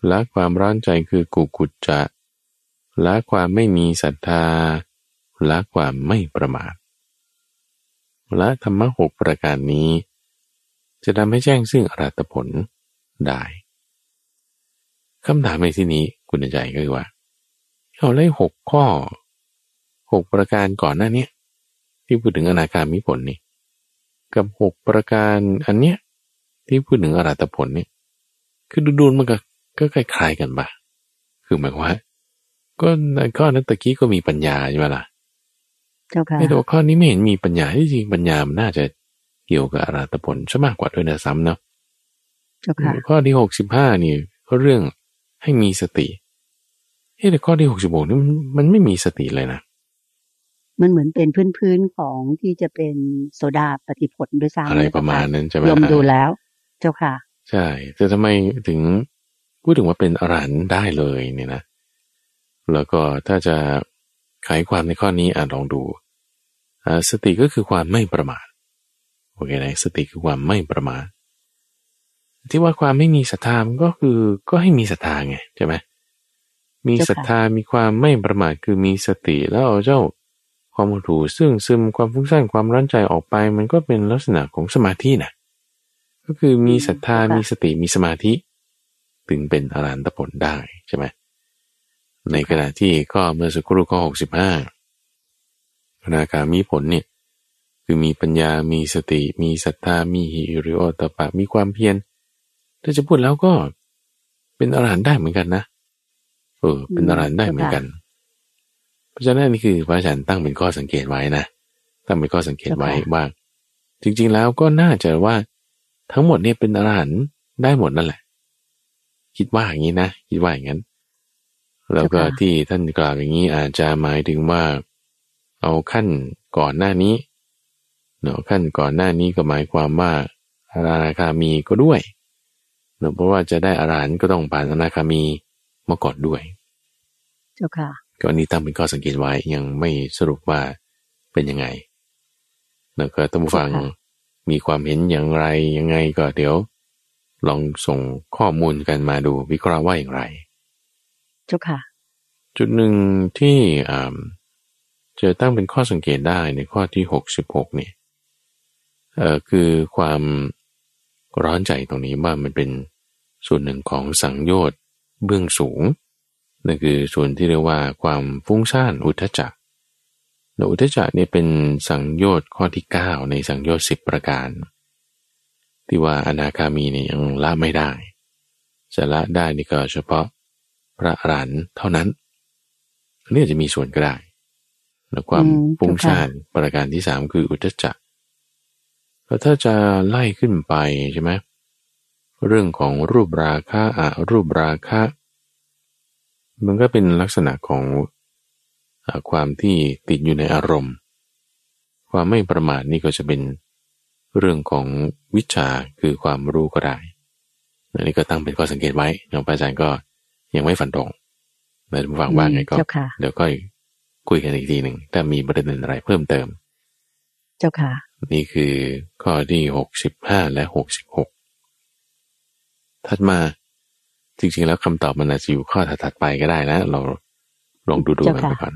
ละความร้อนใจคือกุกุจจะละความไม่มีศรัทธาละความไม่ประมาทละธรรมะหกประการนี้จะทำให้แจ้งซึ่งอรหัตผลได้คำถามในที่นี้คุณใจก็คือว่าเอาไล่หกข้อหกประการก่อนหน้านี้ที่พูดถึงอนาคามิผลนี่กับหกประการอันเนี้ยที่พูดถึงอรหัตผลนี่คือดูๆมันก็ก็คล้ายๆกันปะคือหมายความว่าก็ข้อนั้นตะกี้ก็มีปัญญาใช่ไหมล่ะเจ้าค่ะแต่ว่าข้อนี้ไม่เห็นมีปัญญาที่จริงปัญญามันน่าจะเกี่ยวกับอรหัตผลซะมากกว่าด้วยนะซ้ำเนาะเจ้าค่ะข้อที่หกสิบห้านี่ก็เรื่องให้มีสติเฮ้แต่ข้อที่หกสิบหกนี่มันไม่มีสติเลยนะมันเหมือนเป็นพื้นๆของที่จะเป็นโสดาปฏิผลด้วยซ้ำอะไรประมาณนั้นใช่ไหมยมดูแล้วเจ้าค่ะใช่แต่ทำไมถึงพูดถึงว่าเป็นอรหันต์ได้เลยเนี่ยนะแล้วก็ถ้าจะไขความในข้อนี้อ่านลองดูสติก็คือความไม่ประมาทโอเคนะสติคือความไม่ประมาทที่ว่าความไม่มีศรัทธามันก็คือก็ให้มีศรัทธาไงใช่ไหมมีศรัทธามีความไม่ประมาทคือมีสติแล้วเอาเจ้าความหดหู่ซึ่งซึมความฟุ้งซ่านความร้อนใจออกไปมันก็เป็นลักษณะของสมาธินะก็คือมีศรัทธามีสติมีสมาธิถึงเป็นอรหันตผลได้ใช่ไหมในขณะที่ข้อเมื่อสักครู่ข้อหกสิบห้าอนาคามีผลเนี่ยคือมีปัญญามีสติมีศรัทธามีหิริโอตปะมีความเพียรถ้าจะพูดแล้วก็เป็นอรหันต์ได้เหมือนกันนะเออเป็นอรหันต์ได้เหมือนกันเพราะฉะนั้นนี่คือพระอาจารย์ตั้งเป็นข้อสังเกตไว้นะตั้งเป็นข้อสังเกตไว้ว่าจริงๆแล้วก็น่าจะว่าทั้งหมดเนี่ยเป็นอรหันต์ได้หมดนั่นแหละคิดว่าอย่างนี้นะคิดว่าอย่างนั้นแล้วก็ที่ท่านกล่าวอย่างนี้อาจจะหมายถึงว่าเอาขั้นก่อนหน้านี้เนาะขั้นก่อนหน้านี้ก็หมายความว่าอนาคามีก็ด้วยเนาะเพราะว่าจะได้อรหันต์ก็ต้องผ่านอนาคามีมาก่อนด้วยเจ้าค่ะก็นี้ตั้งเป็นข้อสังเกตไว้ยังไม่สรุปว่าเป็นยังไงแล้วก็ท่านผู้ฟังมีความเห็นอย่างไรยังไงก็เดี๋ยวลองส่งข้อมูลกันมาดูวิเคราะห์ว่าอย่างไรเจ้าค่ะจุดหนึ่งที่จะตั้งเป็นข้อสังเกตได้ในข้อที่หกสิบหกนี่เอ่อคือความร้อนใจตรงนี้ว่ามันเป็นส่วนหนึ่งของสังโยชน์เบื้องสูงนั่นคือส่วนที่เรียกว่าความฟุ้งซ่านอุทธัจจะอุทธัจจะเนี่ยเป็นสังโยชน์ข้อที่เก้าในสังโยชน์สิบประการที่ว่าอนาคามีเนี่ยยังละไม่ได้จะละได้นี่ก็เฉพาะพระอรหันต์เท่านั้นอันนี้จะมีส่วนก็ได้แล้วความฟุ้งซ่านประการที่สามคืออุทธัจจะแล้วถ้าจะไล่ขึ้นไปใช่ไหมเรื่องของรูปราคะอรูปราคะมันก็เป็นลักษณะของความที่ติดอยู่ในอารมณ์ความไม่ประมาทนี่ก็จะเป็นเรื่องของวิชาคือความรู้ก็ได้อันนี้ก็ตั้งเป็นข้อสังเกตไว้อย่างพระอาจารย์ก็ยังไม่ฟันธงแต่ผู้ฟังว่าไงก็เดี๋ยวก็คุยกันอีกทีหนึ่งถ้ามีประเด็นอะไรเพิ่มเติมเจ้าค่ะนี่คือข้อที่หกสิบห้าและหกสิบหกถัดมาจริงๆแล้วคำตอบมันอาจจะอยู่ข้อถัดๆไปก็ได้นะเราลองดูดูกันไปก่อน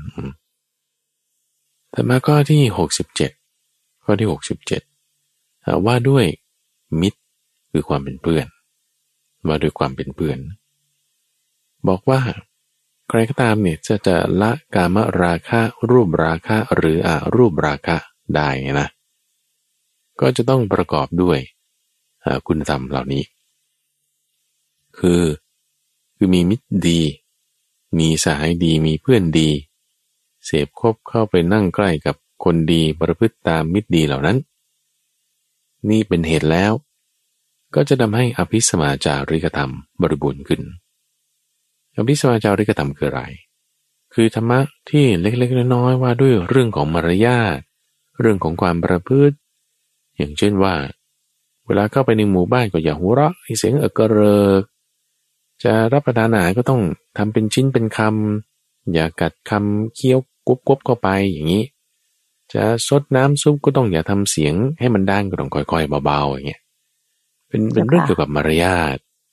ถัดมาข้อที่หกสิบเจ็ดข้อที่หกสิบเจ็ดว่าด้วยมิตรคือความเป็นเพื่อนว่าด้วยความเป็นเพื่อนบอกว่าใครก็ตามเนี่ยจะจะละกามราคะรูปราคะหรืออรูปราคะได้นะก็จะต้องประกอบด้วยคุณธรรมเหล่านี้คือคือมีมิตรดีมีสหายดีมีเพื่อนดีเสพคบเข้าไปนั่งใกล้กับคนดีประพฤติตามมิตรดีเหล่านั้นนี่เป็นเหตุแล้วก็จะทำให้อภิสมาจาริกธรรมบริบูรณ์ขึ้นอภิสมาจาริกธรรมคืออะไรคือธรรมะที่เล็กๆน้อยๆว่าด้วยเรื่องของมารยาทเรื่องของความประพฤติอย่างเช่นว่าเวลาเข้าไปในหมู่บ้านก็อย่าหัวเราะเสียงเอกเริกจะรับประทานอาหารก็ต้องทำเป็นชิ้นเป็นคำอย่ากัดคำเคี้ยวกรุบๆเข้าไปอย่างนี้จะซดน้ำซุปก็ต้องอย่าทำเสียงให้มันดังก็ต้องค่อยๆเบาๆอย่างเงี้ยเป็นเป็นเรื่องเกี่ยวกับมารยาท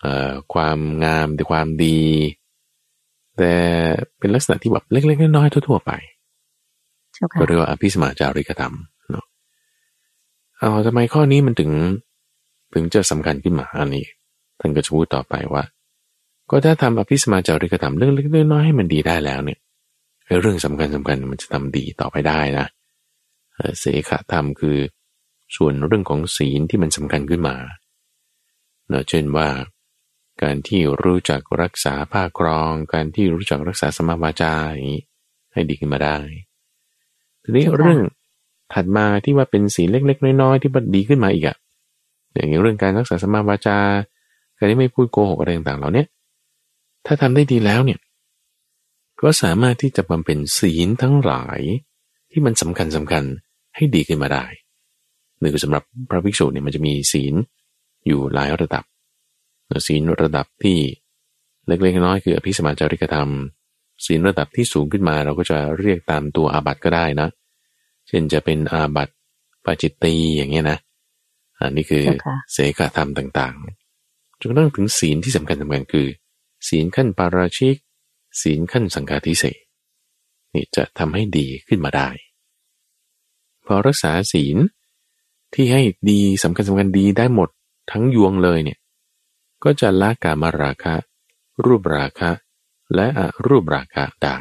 ความงามหรือความดีแต่เป็นลักษณะที่แบบเล็กๆน้อยๆทั่วๆไปก็เรียกว่าอภิสมาจาริกธรรมเนาะเอาทำไมข้อนี้มันถึงถึงจะสำคัญขึ้นมาอันนี้ท่านก็จะพูดต่อไปว่าก็ถ้าทำอภิสมาจาริกธรรมเรื่องเล็กๆน้อยๆให้มันดีได้แล้วเนี่ยเรื่องสำคัญสำคัญมันจะทำดีต่อไปได้นะเสขธรรมคือส่วนเรื่องของศีลที่มันสำคัญขึ้นมาเนาะเช่นว่าการที่รู้จักรักษาภาคครองการที่รู้จักรักษาสมาวาจาอย่างนี้ให้ดีขึ้นมาได้ทีนี้เรื่องถัดมาที่ว่าเป็นศีลเล็กๆน้อยๆที่มันดีขึ้นมาอีกอะอย่างเรื่องการรักษาสมาวาจาการที่ไม่พูดโกหกอะไรต่างๆเหล่านี้ถ้าทำได้ดีแล้วเนี่ยก็สามารถที่จะบำเพ็ญศีลทั้งหลายที่มันสำคัญสำคัญให้ดีขึ้นมาได้หนึ่งสำหรับพระภิกษุเนี่ยมันจะมีศีลอยู่หลายระดับศีลระดับที่เล็กๆน้อยๆคืออภิสมาจาริกธรรมศีลระดับที่สูงขึ้นมาเราก็จะเรียกตามตัวอาบัติก็ได้นะเช่นจะเป็นอาบัติปาจิตตีอย่างเงี้ยนะอันนี้คือเสขธรรมต่างๆจนกระทั่งถึงศีลที่สำคัญสำคัญคือศีลขั้นปาราชิกศีลขั้นสังฆาทิเศษนี่จะทำให้ดีขึ้นมาได้พอรักษาศีลที่ให้ดีสำคัญสำคัญดีได้หมดทั้งยวงเลยเนี่ยก็จะละกามราคะรูปราคะและอรูปราคะได้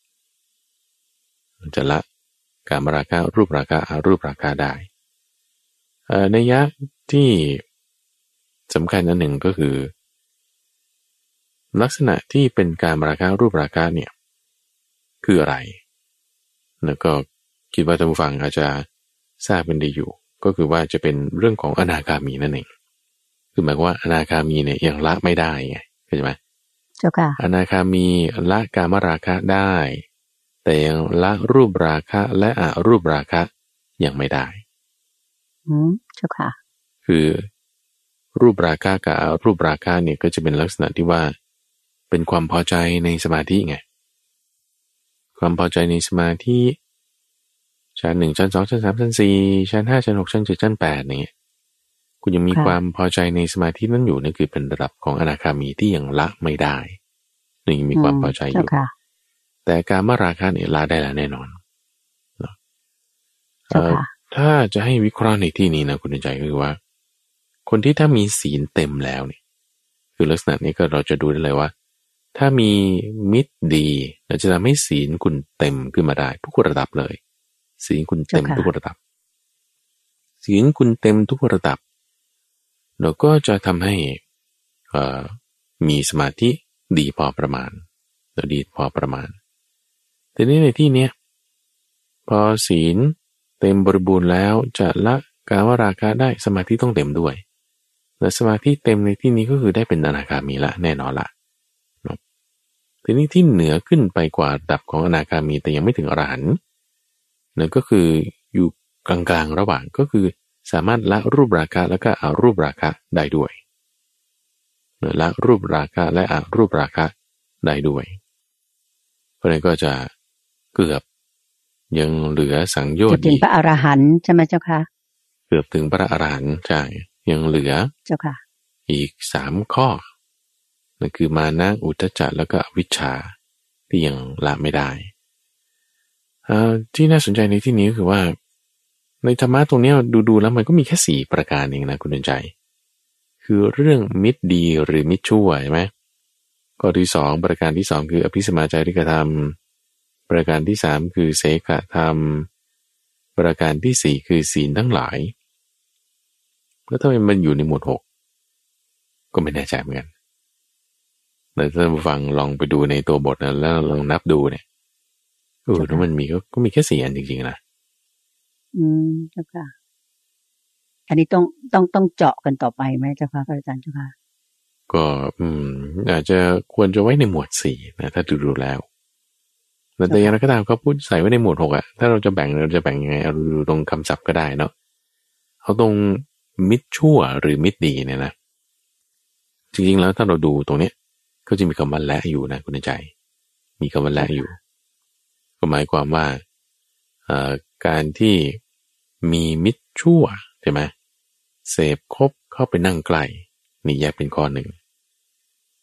จะละกามราคะรูปราคะอรูปราคะได้นัยยะที่สำคัญอันหนึ่งก็คือลักษณะที่เป็นกามราคะรูปราคะเนี่ยคืออะไรแล้วก็คิดว่าท่านผู้ฟังอาจจะทราบเป็นดีอยู่ก็คือว่าจะเป็นเรื่องของอนาคามีนั่นเองคือหมายว่าอนาคามีเนี่ยยังละไม่ได้ไงเข้าใจไหมเจ้าค่ะอนาคามีละกามราคะได้แต่ยังละรูปราคะและอรูปราคะยังไม่ได้อืมเจ้าค่ะคือรูปราคะกับอรูปราคะเนี่ยก็จะเป็นลักษณะที่ว่าเป็นความพอใจในสมาธิไงความพอใจในสมาธิชั้นหนึ่งชั้นสองชั้นสามชั้นสี่ชั้นห้าชั้นหกชั้นเจ็ดชั้นแปดเนี่ยคุณยังมีความพอใจในสมาธินั้นอยู่นั่นคือเป็นระดับของอนาคามีที่ยังละไม่ได้ยังมีความพอใจอยู่แต่กามราคะเนี่ยละได้แล้วแน่นอนถ้าจะให้วิเคราะห์ในที่นี้นะคุณใจก็คือว่าคนที่ถ้ามีศีลเต็มแล้วเนี่ยคือลักษณะนี้ก็เราจะดูได้เลยว่าถ้ามีมิตรดีเราจะทำให้ศีลคุณเต็มขึ้นมาได้ทุกระดับเลยศีลคุณเต็มทุกระดับศีลคุณเต็มทุกระดับเราก็จะทำให้มีสมาธิดีพอประมาณเราดีพอประมาณแต่นี้ในที่นี้พอศีลเต็มบริบูรณ์แล้วจะละกามราคะได้สมาธิต้องเต็มด้วยและสมาธิเต็มในที่นี้ก็คือได้เป็นอนาคามีละแน่นอนละทีนี้ที่เหนือขึ้นไปกว่าระดับของอนาคามีแต่ยังไม่ถึงอรหันต์นั่นก็คืออยู่กลางๆระหว่างก็คือสามารถละรูปราคะแล้วก็อรูปราคะได้ด้วยละรูปราคะและอรูปราคะได้ด้วยเพราะนั้นก็จะเกือบยังเหลือสังโยชน์จะถึงพระอรหันต์ใช่ไหมเจ้าค่ะเกือบถึงพระอรหันต์ใช่ยังเหลือเจ้าค่ะอีกสามข้อนั่นคือมานะอุทธัจจะแล้วก็อวิชชาที่ยังละไม่ได้ที่น่าสนใจในที่นี้ก็คือว่าในธรรมะตรงนี้ดูๆแล้วมันก็มีแค่สี่ประการเองนะคุณเดินใจคือเรื่องมิตรดีหรือมิตรชั่วใช่ไหมข้อที่สองประการที่สองคืออภิสมาจาริกธรรมประการที่สามคือเสขธรรมประการที่สี่คือศีลทั้งหลายแล้วทำไมมันอยู่ในหมวดหกก็ไม่แน่ใจเหมือนกันแต่ท่านผู้ฟังลองไปดูในตัวบทนะแล้วลองนับดูเนี่ยเออแล้วมันมีก็ก็มีแค่สี่อันจริงๆนะอืมเจ้าค่ะอันนี้ต้องต้องต้องเจาะกันต่อไปไหมเจ้าค่ะอาจารย์เจ้าค่ะก็อืมอาจจะควรจะไว้ในหมวดสี่นะถ้าดูดูแล้วแต่อย่างไรก็ตามเขาพูดใส่ไว้ในหมวดหกอะถ้าเราจะแบ่งเราจะแบ่งยังไงเอาดูตรงคำศัพท์ก็ได้เนาะเอาตรงมิตรชั่วหรือมิตรดีเนี่ยนะจริงๆแล้วถ้าเราดูตรงเนี้ยก็จะมีคำว่าและอยู่นะคุณใจมีคำว่าและอยู่ก็หมายความว่าการที่มีมิตรชั่วใช่ไหมเสพคบเข้าไปนั่งใกล้นี่แยกเป็นข้อหนึ่ง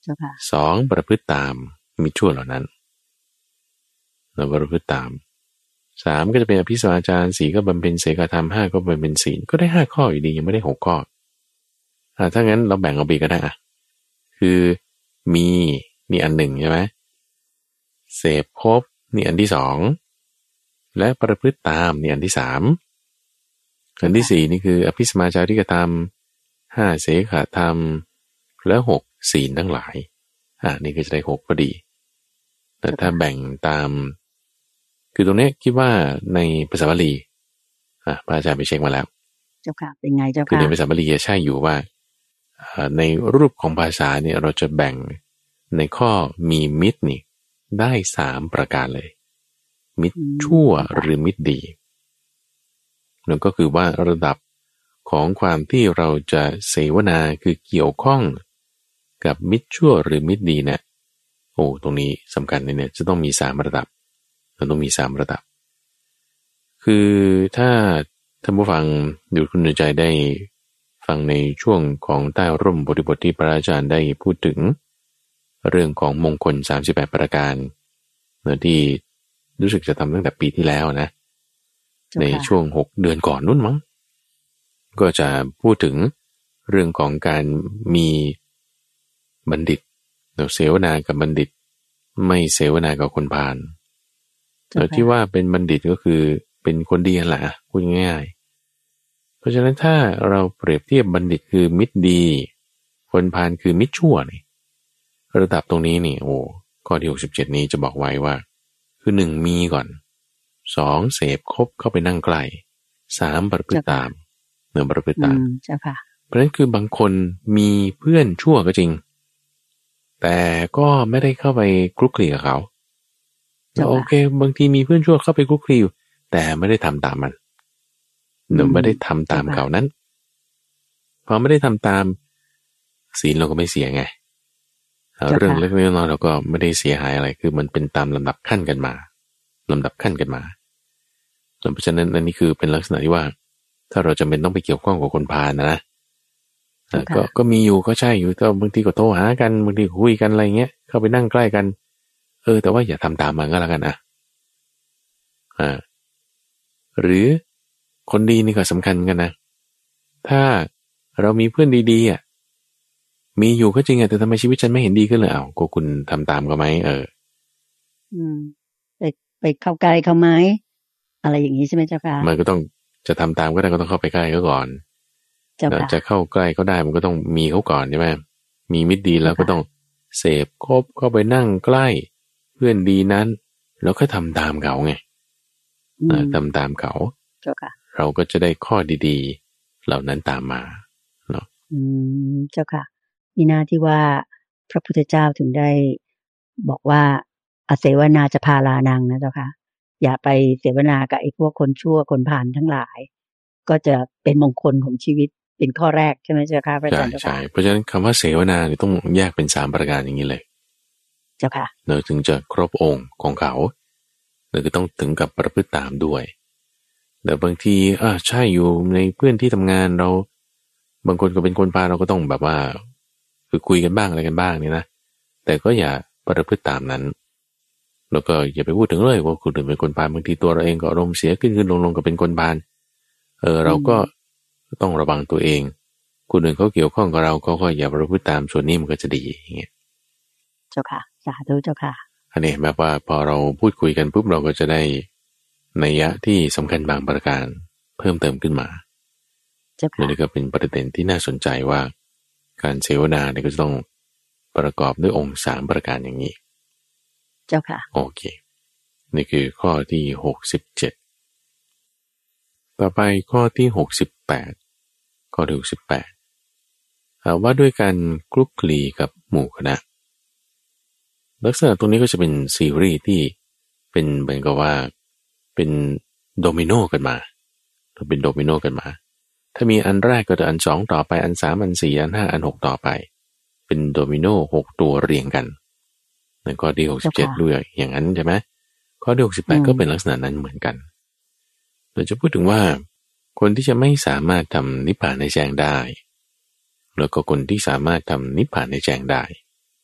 เจ้าค่ะสองประพฤติตามมิจฉาเหล่านั้นเราประพฤติตามสามก็จะเป็นอภิสมาจารสี่ก็บำเพ็ญเสกธรรมห้าก็บำเพ็ญศีลก็ได้ห้าข้ออยู่ดียังไม่ได้หกข้ออ่าถ้างั้นเราแบ่งออกไปก็ได้อ่ะคือมีนี่อันหนึ่งใช่ไหมเสพครบนี่อันที่สองและประพฤติตามนี่อันที่สามอันที่สี่นี่คืออภิสมาจาริกธรรมห้าเสขธรรมและหกศีลทั้งหลายอ่านี่ก็จะได้หกพอดีแต่ถ้าแบ่งตามคือตรงนี้คิดว่าในภาษาบาลีอ่ะพระอาจารย์ไปเช็คมาแล้วเจ้าค่ะเป็นไงเจ้าค่ะคือในภาษาบาลีใช่อยู่ว่าในรูปของภาษาเนี่ยเราจะแบ่งในข้อมีมิตรนี่ได้สามประการเลยมิตรชั่วหรือมิตรดีนั่นก็คือว่าระดับของความที่เราจะเสวนาคือเกี่ยวข้องกับมิตรชั่วหรือมิตรดีเนี่ยโอ้ตรงนี้สำคัญเนี่ยจะต้องมีสามระดับเราต้องมีสามระดับคือถ้าท่านผู้ฟังดูคุณใจได้ฟังในช่วงของใต้ร่มบริบทที่พระอาจารย์ได้พูดถึงเรื่องของมงคลสามสิบแปดประการเมื่อที่รู้สึกจะทำตั้งแต่ปีที่แล้วนะในช่วงหกเดือนก่อนนู้นมั้งก็จะพูดถึงเรื่องของการมีบัณฑิตเราเสวนากับบัณฑิตไม่เสวนากับคนพาลแต่ที่ว่าเป็นบัณฑิตก็คือเป็นคนดีแหละพูดง่ายๆเพราะฉะนั้นถ้าเราเปรียบเทียบบัณฑิตคือมิตรดีคนพาลคือมิตรชั่วนี่ระดับตรงนี้นี่โอ้ข้อที่หกสิบเจ็ดนี้จะบอกไว้ว่าคือหนึ่งมีก่อนสองเสพคบเข้าไปนั่งใกล้สามประพฤติตามเนื้อประพฤติตามเพราะฉะนั้นคือบางคนมีเพื่อนชั่วก็จริงแต่ก็ไม่ได้เข้าไปคลุกคลีกับเขาโอเคบางทีมีเพื่อนชั่วเข้าไปคลุกคลีอยู่แต่ไม่ได้ทำตามมันหรือไม่ได้ทำตามเขานั้นพอไม่ได้ทำตามศีลเราก็ไม่เสียไงเรื่องเล็กๆน้อยๆเราก็ไม่ได้เสียหายอะไรคือมันเป็นตามลำดับขั้นกันมาลำดับขั้นกันมาเพราะฉะนั้นอันนี้คือเป็นลักษณะที่ว่าถ้าเราจำเป็นต้องไปเกี่ยวข้องกับคนพาลนะนะก็ก็มีอยู่ก็ใช่อยู่แต่บางทีก็โทรหากันบางทีคุยกันอะไรเงี้ยเข้าไปนั่งใกล้กันเออแต่ว่าอย่าทำตามมันก็แล้วกันนะอ่าหรือคนดีนี่ก็สำคัญกันนะถ้าเรามีเพื่อนดีๆอ่ะมีอยู่ก็จริงอ่ะแต่ทำไมชีวิตฉันไม่เห็นดีขึ้นเลยอ้าวก็คุณทำตามก็ไหมเอออืมไปไปเข้าใกล้เขาไหมอะไรอย่างนี้ใช่ไหมเจ้าค่ะมันก็ต้องจะทำตามก็ได้ก็ต้องเข้าไปใกล้เขาก่อนจะเข้าใกล้เขาได้มันก็ต้องมีเขาก่อนใช่ไหมมีมิตรดีแล้วก็ต้องเสพคบเข้าไปนั่งใกล้เพื่อนดีนั้นแล้วก็ทำตามเขาไงทำตามเขาเราก็จะได้ข้อดีๆเหล่านั้นตามมาเนาะอืมเจ้าค่ะมีหน้าที่ว่าพระพุทธเจ้าถึงได้บอกว่าอเสวนาจะพาลานังนะเจ้าค่ะอย่าไปเสวนากับไอ้พวกคนชั่วคนผ่านทั้งหลายก็จะเป็นมงคลของชีวิตเป็นข้อแรกใช่ไหมเจ้าค่ะพระอาจารย์เจ้าค่ะใช่เพราะฉะนั้นคำว่าเสวนาเนี่ยต้องแยกเป็นสามประการอย่างนี้เลยเจ้าค่ะเราถึงจะครบองค์ของเขาเราก็ต้องถึงกับประพฤติตามด้วยแต่บางทีอ่าใช่อยู่ในเพื่อนที่ทำงานเราบางคนก็เป็นคนพาเราก็ต้องแบบว่าคือคุยกันบ้างอะไรกันบ้างนี่นะแต่ก็อย่าประพฤติตามนั้นแล้วก็อย่าไปพูดถึงเลยว่าคนอื่นเป็นคนพาลบางทีตัวเราเองก็อารมณ์เสียขึ้นขึ้นลงลงก็เป็นคนพาลเออเราก็ต้องระวังตัวเองคนอื่นเขาเกี่ยวข้องกับเราเขาก็อย่าประพฤติตามส่วนนี้มันก็จะดีอย่างเงี้ยเจ้าค่ะสาธุเจ้าค่ะอันนี้แบบว่าพอเราพูดคุยกันปุ๊บเราก็จะได้นัยยะที่สำคัญบางประการเพิ่มเติมขึ้นมานี่ก็เป็นประเด็นที่น่าสนใจว่าการเสวนาเนี่ยก็จะต้องประกอบด้วยองค์สามประการอย่างนี้เจ้าค่ะโอเคนี่คือข้อที่หกสิบเจ็ดต่อไปข้อที่หกสิบแปดข้อที่หกสิบแปดว่าด้วยการคลุกคลีกับหมู่คณะลักษณะตรงนี้ก็จะเป็นซีรีส์ที่เป็นเหมือนกับว่าเป็นโดมิโนกันมาเป็นโดมิโนกันมาถ้ามีอันแรกก็จะอันสองต่อไปอันสามอันสี่อันห้าอันหกต่อไปเป็นโดมิโนหกตัวเรียงกันในข้อที่หกสิบเจ็ดด้วยอย่างนั้นใช่ไหมข้อที่หกสิบแปดก็เป็นลักษณะนั้นเหมือนกันเราจะพูดถึงว่าคนที่จะไม่สามารถทำนิพพานในแจ้งได้แล้วก็คนที่สามารถทำนิพพานในแจ้งได้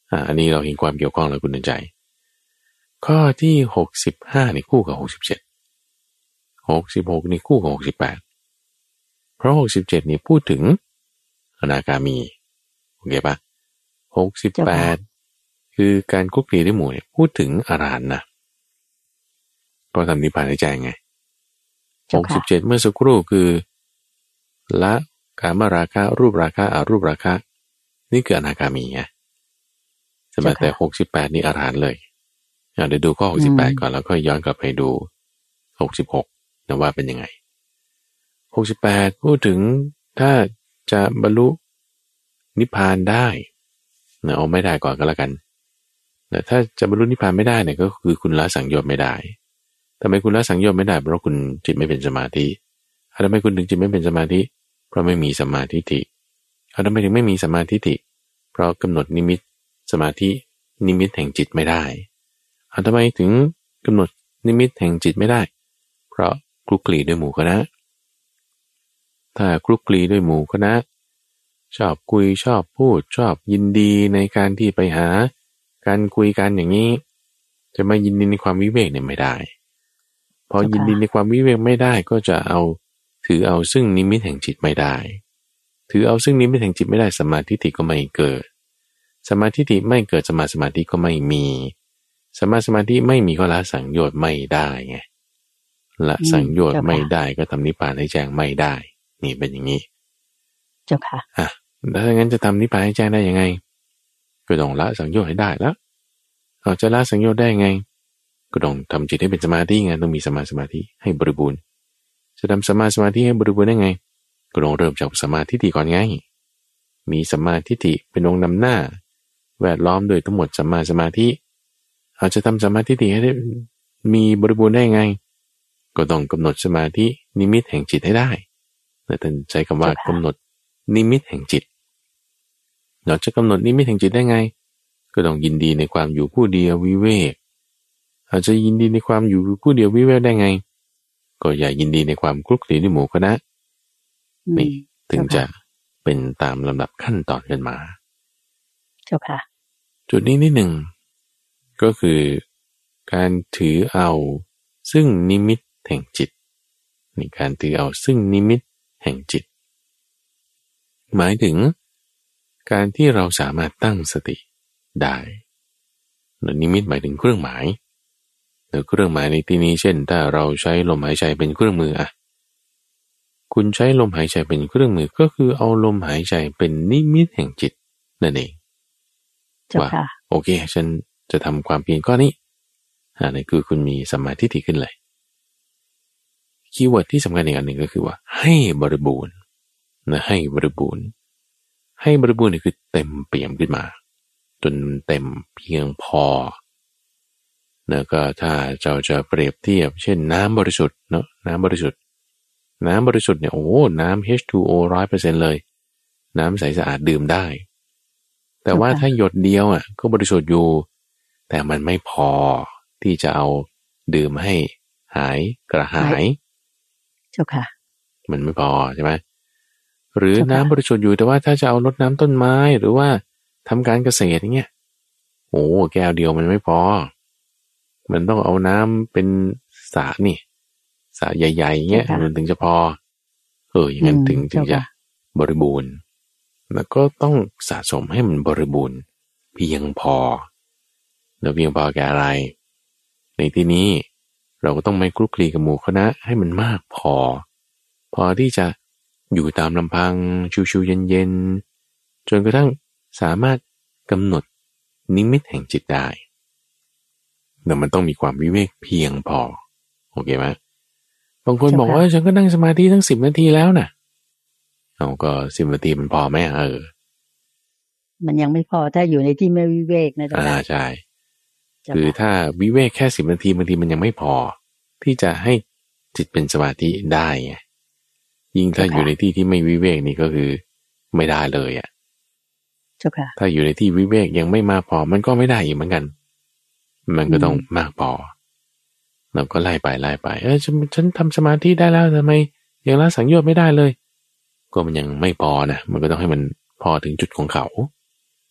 อ่าอันนี้เราเห็นความเกี่ยวข้องแล้วคุณใจข้อที่หกสิบห้านี่คู่กับหกสิบเจ็ด หกสิบหกนี่คู่กับหกสิบแปดเพราะหกสิบเจ็ดนี่พูดถึงอนาคามีโอเคปะหกสิบแปดคือการคลุกคลีด้วยหมู่เนี่ยพูดถึงอรหันต์นะเพราะทำนิพพานในใจไงหกสิบเจ็ดเมื่อสักครู่คือละกามราคะรูปราคะอรูปราคะนี่คืออนาคามีไงสมัยแต่หกสิบแปดนี่อรหันต์เลยเดี๋ยวดูข้อหกสิบแปดก่อนแล้วค่อยย้อนกลับไปดูหกสิบหกนะว่าเป็นยังไงหกสิบแปดพูดถึงถ้าจะบรรลุนิพพานได้นะเอาไม่ได้ก่อนก็แล้วกันแต่ถ้าจะบรรลุนิพพานไม่ได้เนี่ยก็คือคุณละสังโยชน์ไม่ได้ทำไมคุณละสังโยชน์ไม่ได้เพราะคุณจิตไม่เป็นสมาธิทำไมคุณถึงจิตไม่เป็นสมาธิเพราะไม่มีสัมมาทิฏฐิทำไมถึงไม่มีสัมมาทิฏฐิเพราะกำหนดนิมิตสมาธินิมิตแห่งจิตไม่ได้ทำไมถึงกำหนดนิมิตแห่งจิตไม่ได้เพราะคลุกคลีด้วยหมู่คณะถ้าคลุกคลีด้วยหมู่คณะชอบคุยชอบพูดชอบยินดีในการที่ไปหาการคุยกันอย่างนี้จะมายินดีในความวิเวกเนี่ยไม่ได้พอยินดีในความวิเวกไม่ได้ก็จะเอาถือเอาซึ่งนิมิตแห่งจิตไม่ได้ถือเอาซึ่งนิมิตแห่งจิตไม่ได้สมาธิก็ไม่เกิดสมาธิไม่เกิดสมาสมาธิก็ไม่มีสมาสมาธิไม่มีก็ละสังโยชน์ไม่ได้ไงละสังโยชน์ไม่ได้ก็ทำนิพพานให้แจ้งไม่ได้นี่เป็นอย่างนี้เจ้าค่ะอ่ะแล้วถ้างั้นจะทำนิพพานให้แจ้งได้ยังไงก็ต้องละสังโยชน์ให้ได้แล้วเอาจะละสังโยชน์ได้ยังไงก็ต้องทำจิตให้เป็นสมาธิไงต้องมีสมาสมาธิให้บริบูรณ์จะทำสมาสมาธิให้บริบูรณ์ได้ไงก็ต้องเริ่มจากสมาธิก่อนไงมีสมาธิเป็นองค์นำหน้าแวดล้อมโดยทั้งหมดสมาสมาธิอาจจะทำสมาธิให้ได้มีบริบูรณ์ได้ไงก็ต้องกำหนดสมาธินิมิตแห่งจิตให้ได้แต่ท่านใช้คำว่ากำหนดนิมิตแห่งจิตเราจะกำหนดนิมิตแห่งจิตได้ไงก็ต้องยินดีในความอยู่ผู้เดียววิเวกอาจจะยินดีในความอยู่ผู้เดียววิเวกได้ไงก็อย่ายินดีในความคลุกคลีด้วยหมู่คณะนี่ถึงจะเป็นตามลำดับขั้นตอนกันมาเจ้าค่ะจุดนี้นิดหนึ่งก็คือการถือเอาซึ่งนิมิตแห่งจิตนี่การถือเอาซึ่งนิมิตแห่งจิตหมายถึงการที่เราสามารถตั้งสติได้นิมิตหมายถึงเครื่องหมายหรือเครื่องหมายในที่นี้เช่นถ้าเราใช้ลมหายใจเป็นเครื่องมืออะคุณใช้ลมหายใจเป็นเครื่องมือก็คือเอาลมหายใจเป็นนิมิตแห่งจิตนั่นเองว่าโอเคฉันจะทำความเพียรข้อนี้อันนี้คือคุณมีสมาธิที่ขึ้นเลยคีย์เวิร์ดที่สำคัญอีกอันหนึ่งก็คือว่าให้บริบูรณ์นะให้บริบูรณ์ให้บริบูรณ์นี่คือเต็มเปี่ยมขึ้นมาจนเต็มเพียงพอแล้วก็ถ้าเราจะเปรียบเทียบเช่นน้ำบริสุทธิ์เนาะน้ำบริสุทธิ์น้ำบริสุทธิ์เนี่ยโอ้น้ำ เอช ทู โอ ร้อยเปอร์เซ็นต์ เลยน้ำใสสะอาดดื่มได้แต่ว่าถ้าหยดเดียวอ่ะก็บริสุทธิ์อยู่แต่มันไม่พอที่จะเอาดื่มให้หายกระหายเจ้าค่ะมันไม่พอใช่ไหมหรือน้ำบริสุทธิ์อยู่แต่ว่าถ้าจะเอารดน้ำต้นไม้หรือว่าทำการเกษตรอย่างเงี้ยโอ้แก้วเดียวมันไม่พอมันต้องเอาน้ำเป็นสระนี่สระใหญ่ๆเงี้ยมันถึงจะพอเอออย่างนั้นถึงถึงจะบริบูรณ์แล้วก็ต้องสะสมให้มันบริบูรณ์เพียงพอแล้วเพียงพอแก่อะไรในที่นี้เราก็ต้องไม่คลุกคลีกับหมู่คณะให้มันมากพอพอที่จะอยู่ตามลำพังชิวๆเย็นๆจนกระทั่งสามารถกำหนดนิมิตแห่งจิตได้แต่มันต้องมีความวิเวกเพียงพอโอเคไหมบางคนบอกว่าฉันก็นั่งสมาธิทั้งสิบนาทีแล้วน่ะเอาก็สิบนาทีมันพอไหมเออมันยังไม่พอถ้าอยู่ในที่ไม่วิเวกนะจ๊ะอ่าใช่คือถ้าวิเวกแค่สิบนาทีบางทีมันยังไม่พอที่จะให้จิตเป็นสมาธิได้ไงยิ่งถ้าอยู่ในที่ที่ไม่วิเวกนี่ก็คือไม่ได้เลยอ่ะถ้าอยู่ในที่วิเวกยังไม่มากพอมันก็ไม่ได้อีกเหมือนกันมันก็ต้องมากพอเราก็ไล่ไปไล่ไปเออฉันฉันทำสมาธิได้แล้วทำไมยังละสังโยชน์ไม่ได้เลยก็มันยังไม่พอนะมันก็ต้องให้มันพอถึงจุดของเขา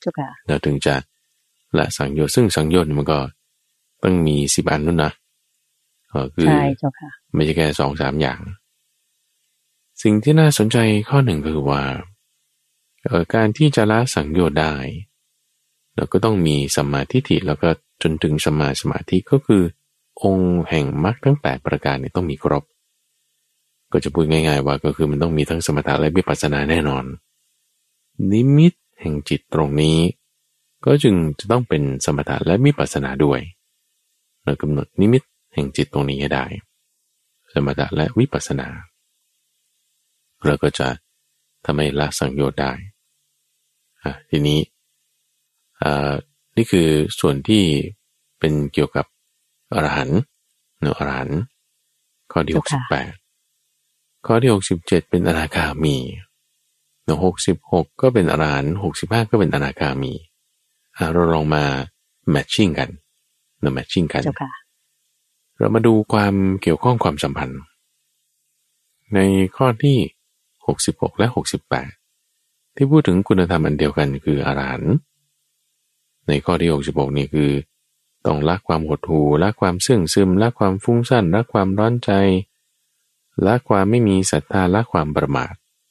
เราถึงจะละสังโยชน์ซึ่งสังโยชน์มันก็ต้องมีสิบอันนู่นนะก็คือไม่ใช่แค่สองสามอย่างสิ่งที่น่าสนใจข้อหนึ่งก็คือว่าการที่จะละสังโยชน์ได้เราก็ต้องมีสัมมาทิฏฐิแล้วก็จนถึงสัมมาสมาธิก็คือองค์แห่งมรรคทั้งแปดประการเนี่ยต้องมีครบก็จะพูดง่ายๆว่าก็คือมันต้องมีทั้งสมถะและวิปัสสนาแน่นอนนิมิตแห่งจิตตรงนี้ก็จึงจะต้องเป็นสมถะและวิปัสสนาด้วยเรากำหนดนิมิตแห่งจิตตรงนี้ให้ได้สมถะและวิปัสสนาเราก็จะทำให้ละสังโยชน์ได้ทีนี้นี่คือส่วนที่เป็นเกี่ยวกับอรหันต์เนอะอรหันต์ข้อที่หกสิบแปดข้อที่หกสิบเจ็ดเป็นอนาคามีเนอะหกสิบหกก็เป็นอรหันต์หกสิบห้าก็เป็นอนาคามีเราลองมาแมทชิ่งกันเนอะแมทชิ่งกันเรามาดูความเกี่ยวข้องความสัมพันธ์ในข้อที่หกสิบหกและหกสิบแปดที่พูดถึงคุณธรรมอันเดียวกันคืออรหันต์ในข้อที่หกสิบหกนี่คือต้องละความหดหู่ละความเสื่องซึมละความฟุ้งซ่านละความร้อนใจละความไม่มีศรัทธาละความประมาท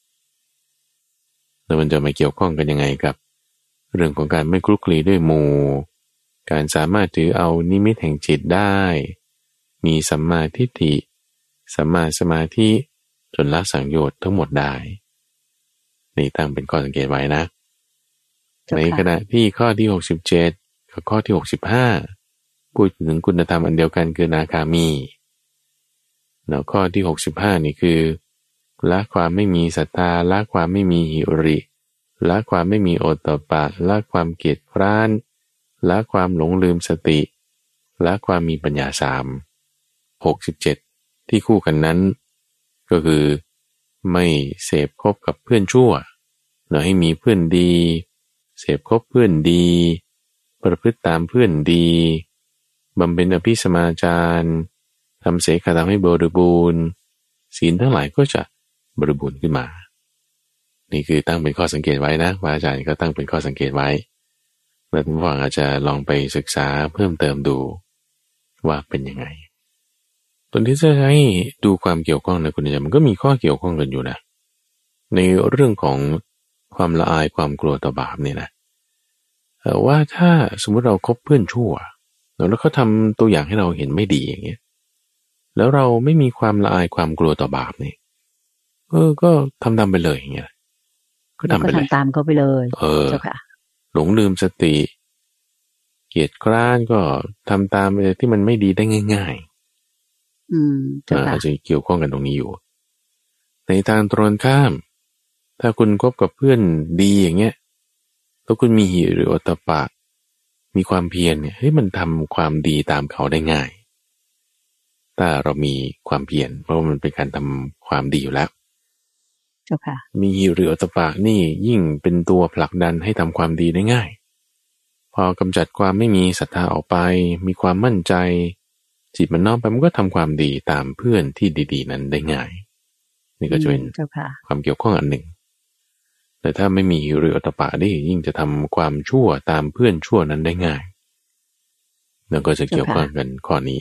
แล้วมันจะมาเกี่ยวข้องกันยังไงกับเรื่องของการไม่คลุกคลีด้วยหมู่การสามารถถือเอานิมิตแห่งจิตได้มีสัมมาทิฏฐิสัมมาสมาธิจนละสังโยชน์ทั้งหมดได้นี่ตั้งเป็นข้อสังเกตไว้นะในขณะที่ข้อที่หกสิบเจ็ดกับข้อที่หกสิบห้าพูดถึงคุณธรรมอันเดียวกันคืออนาคามีแล้วข้อที่หกสิบห้านี่คือละความไม่มีศรัทธาละความไม่มีหิริละความไม่มีโอตตัปปะละความเกียจคร้านละความหลงลืมสติละความมีปัญญาสามหกสิบเจ็ดที่คู่กันนั้นก็คือไม่เสพคบกับเพื่อนชั่วเราให้มีเพื่อนดีเสพคบเพื่อนดีประพฤติตามเพื่อนดีบำเพ็ญอภิสมาจารทำเสกทำให้บริบูรณ์ศีลทั้งหลายก็จะบริบูรณ์ขึ้นมานี่คือตั้งเป็นข้อสังเกตไว้นะพระอาจารย์ก็ตั้งเป็นข้อสังเกตไว้แล้วท่านผู้ฟังอาจจะลองไปศึกษาเพิ่มเติมดูว่าเป็นยังไงตอนที่จะให้ดูความเกี่ยวข้องในคุณธรรมมันก็มีข้อเกี่ยวข้องกันอยู่นะในเรื่องของความละอายความกลัวต่อบาปเนี่ยนะว่าถ้าสมมุติเราคบเพื่อนชั่วแล้วเขาทำตัวอย่างให้เราเห็นไม่ดีอย่างเงี้ยแล้วเราไม่มีความละอายความกลัวต่อบาปนี่เออก็ทำตามไปเลยอย่างเงี้ยก็ทำไปเลยตามเขาไปเลยเออหลงลืมสติเกียจคร้านก็ทำตามไปที่มันไม่ดีได้ง่ายๆอืมอาจจะเกี่ยวข้องกันตรงนี้อยู่ในทางตรงข้ามถ้าคุณคบกับเพื่อนดีอย่างเงี้ยถ้าคุณมีหิริโอตตัปปะมีความเพียรเนี่ยเฮ้ยมันทำความดีตามเขาได้ง่ายถ้าเรามีความเพียรเพราะมันเป็นการทำความดีอยู่แล้วเจ้าค่ะมีหิริโอตตัปปะนี่ยิ่งเป็นตัวผลักดันให้ทำความดีได้ง่ายพอกำจัดความไม่มีศรัทธาออกไปมีความมั่นใจจิตมันน้อมไปมันก็ทำความดีตามเพื่อนที่ดีๆนั้นได้ง่ายนี่ก็จะเป็นความเกี่ยวข้องอันหนึ่งแต่ถ้าไม่มีหิริโอตตัปปะนี่ยิ่งจะทำความชั่วตามเพื่อนชั่วนั้นได้ง่ายแล้วก็จะเกี่ยวข้องกันข้อนี้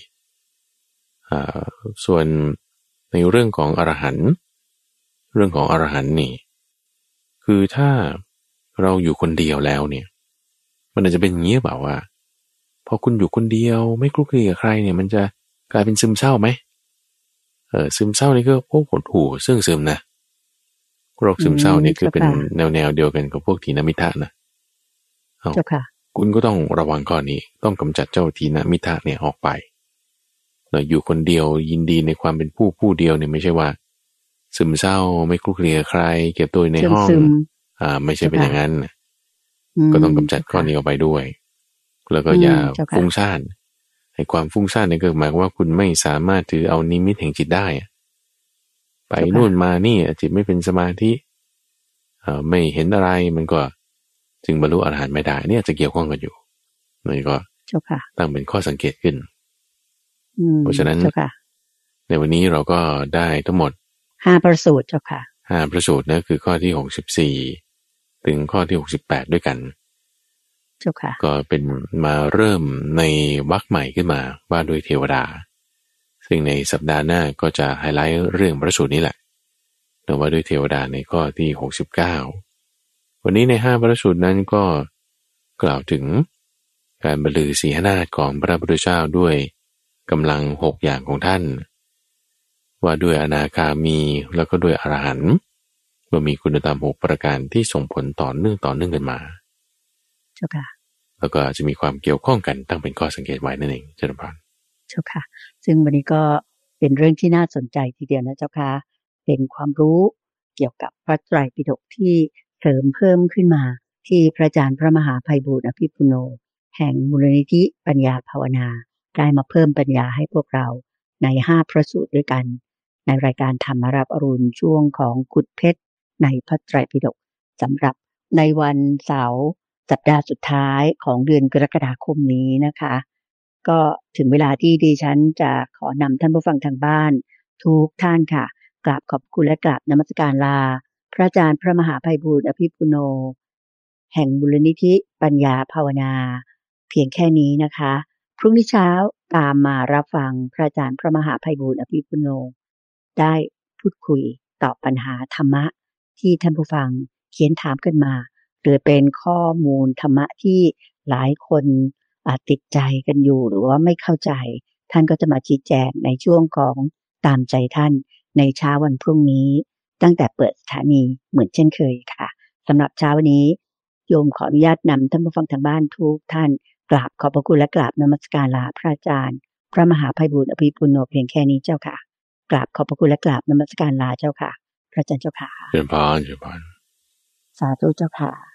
ส่วนในเรื่องของอรหันต์เรื่องของอรหันต์นี่คือถ้าเราอยู่คนเดียวแล้วเนี่ยมันอาจจะเป็นอย่างนี้เปล่าว่าพอคุณอยู่คนเดียวไม่คลุกคลีกับใครเนี่ยมันจะกลายเป็นซึมเศร้าไหมเออซึมเศร้านี่ก็พวกหดหู่ซึ่งซึมนะโรคซึมเศร้านี่คือเป็นแนวแนวเดียวกันกับพวกทีนมิทะนะเอาคุณก็ต้องระวังข้อนี้ต้องกำจัดเจ้าทีนมิทะเนี่ยออกไปเราอยู่คนเดียวยินดีในความเป็นผู้ผู้เดียวเนี่ยไม่ใช่ว่าซึมเศร้าไม่คลุกคลีกับใครเก็บตัวในห้องอ่าไม่ใช่เป็นอย่างนั้นก็ต้องกำจัดข้อนี้ออกไปด้วยแล้วก็อย่าฟุ้งซ่านให้ความฟุ้งซ่านนี่ก็หมายความว่าคุณไม่สามารถถือเอานิมิตแห่งจิตได้ไปนู่นมานี่จิตไม่เป็นสมาธิเอ่อไม่เห็นอะไรมันก็จึงบรรลุอรหันต์ไม่ได้เนี่ยจะเกี่ยวข้องกันอยู่นี่ก็ตั้งเป็นข้อสังเกตขึ้นเพราะฉะนั้นในวันนี้เราก็ได้ทั้งหมดห้าประสูตรเจ้าค่ะห้าประสูตรนะคือข้อที่หกสิบสี่ถึงข้อที่หกสิบแปดด้วยกันเจ้าค่ะก็เป็นมาเริ่มในวรรคใหม่ขึ้นมาว่าด้วยเทวดาซึ่งในสัปดาห์หน้าก็จะไฮไลท์เรื่องพระสูตรนี้แหละแต่ว่าด้วยเทวดาในข้อที่หกสิบเก้าวันนี้ในห้าพระสูตรนั้นก็กล่าวถึงการบรรลือสีหนาฏของพระพุทธเจ้าด้วยกำลังหกอย่างของท่านว่าด้วยอนาคามีแล้วก็ด้วยอรหันต์ว่ามีคุณธรรมหกประการที่ส่งผลต่อเนื่องต่อเนื่องกันมาเจ้าค่ะแล้วก็จะมีความเกี่ยวข้องกันตั้งเป็นข้อสังเกตไว้นั่นเองเจ้าพรเจ้าค่ะซึ่งวันนี้ก็เป็นเรื่องที่น่าสนใจทีเดียวนะเจ้าค่ะเป็นความรู้เกี่ยวกับพระไตรปิฎกที่เสริมเพิ่มขึ้นมาที่พระอาจารย์พระมหาไพบูลย์อภิปุโนแห่งมูลนิธิปัญญาภาวนาได้มาเพิ่มปัญญาให้พวกเราในห้าพระสูตรด้วยกันในรายการธรรมรับอรุณช่วงของขุดเพชรในพระไตรปิฎกสำหรับในวันเสาร์สัปดาห์สุดท้ายของเดือนกรกฎาคมนี้นะคะก็ถึงเวลาที่ดิฉันจะขอนำท่านผู้ฟังทางบ้านทุกท่านค่ะกราบขอบคุณและกราบนมัสการลาพระอาจารย์พระมหาไพบูลย์อภิปุโนแห่งมูลนิธิปัญญาภาวนาเพียงแค่นี้นะคะพรุ่งนี้เช้าตามมารับฟังพระอาจารย์พระมหาไพบูลย์อภิปุโนได้พูดคุยตอบปัญหาธรรมะที่ท่านผู้ฟังเขียนถามกันมาหรือเป็นข้อมูลธรรมะที่หลายคนอาจติดใจกันอยู่หรือว่าไม่เข้าใจท่านก็จะมาชี้แจงในช่วงของตามใจท่านในเช้าวันพรุ่งนี้ตั้งแต่เปิดสถานีเหมือนเช่นเคยค่ะสำหรับเช้าวันนี้โยมขออนุญาตนำท่านผู้ฟังทางบ้านทุกท่านกราบขอบพระคุณและกราบนมัสการลาพระอาจารย์พระมหาไพบูลย์อภิปุโนเพียงแค่นี้เจ้าค่ะกราบขอบพระคุณและกราบนมัสการลาเจ้าค่ะพระอาจารย์เจ้าค่ะเชิญพรเชิญพรสาธุเจ้าค่ะ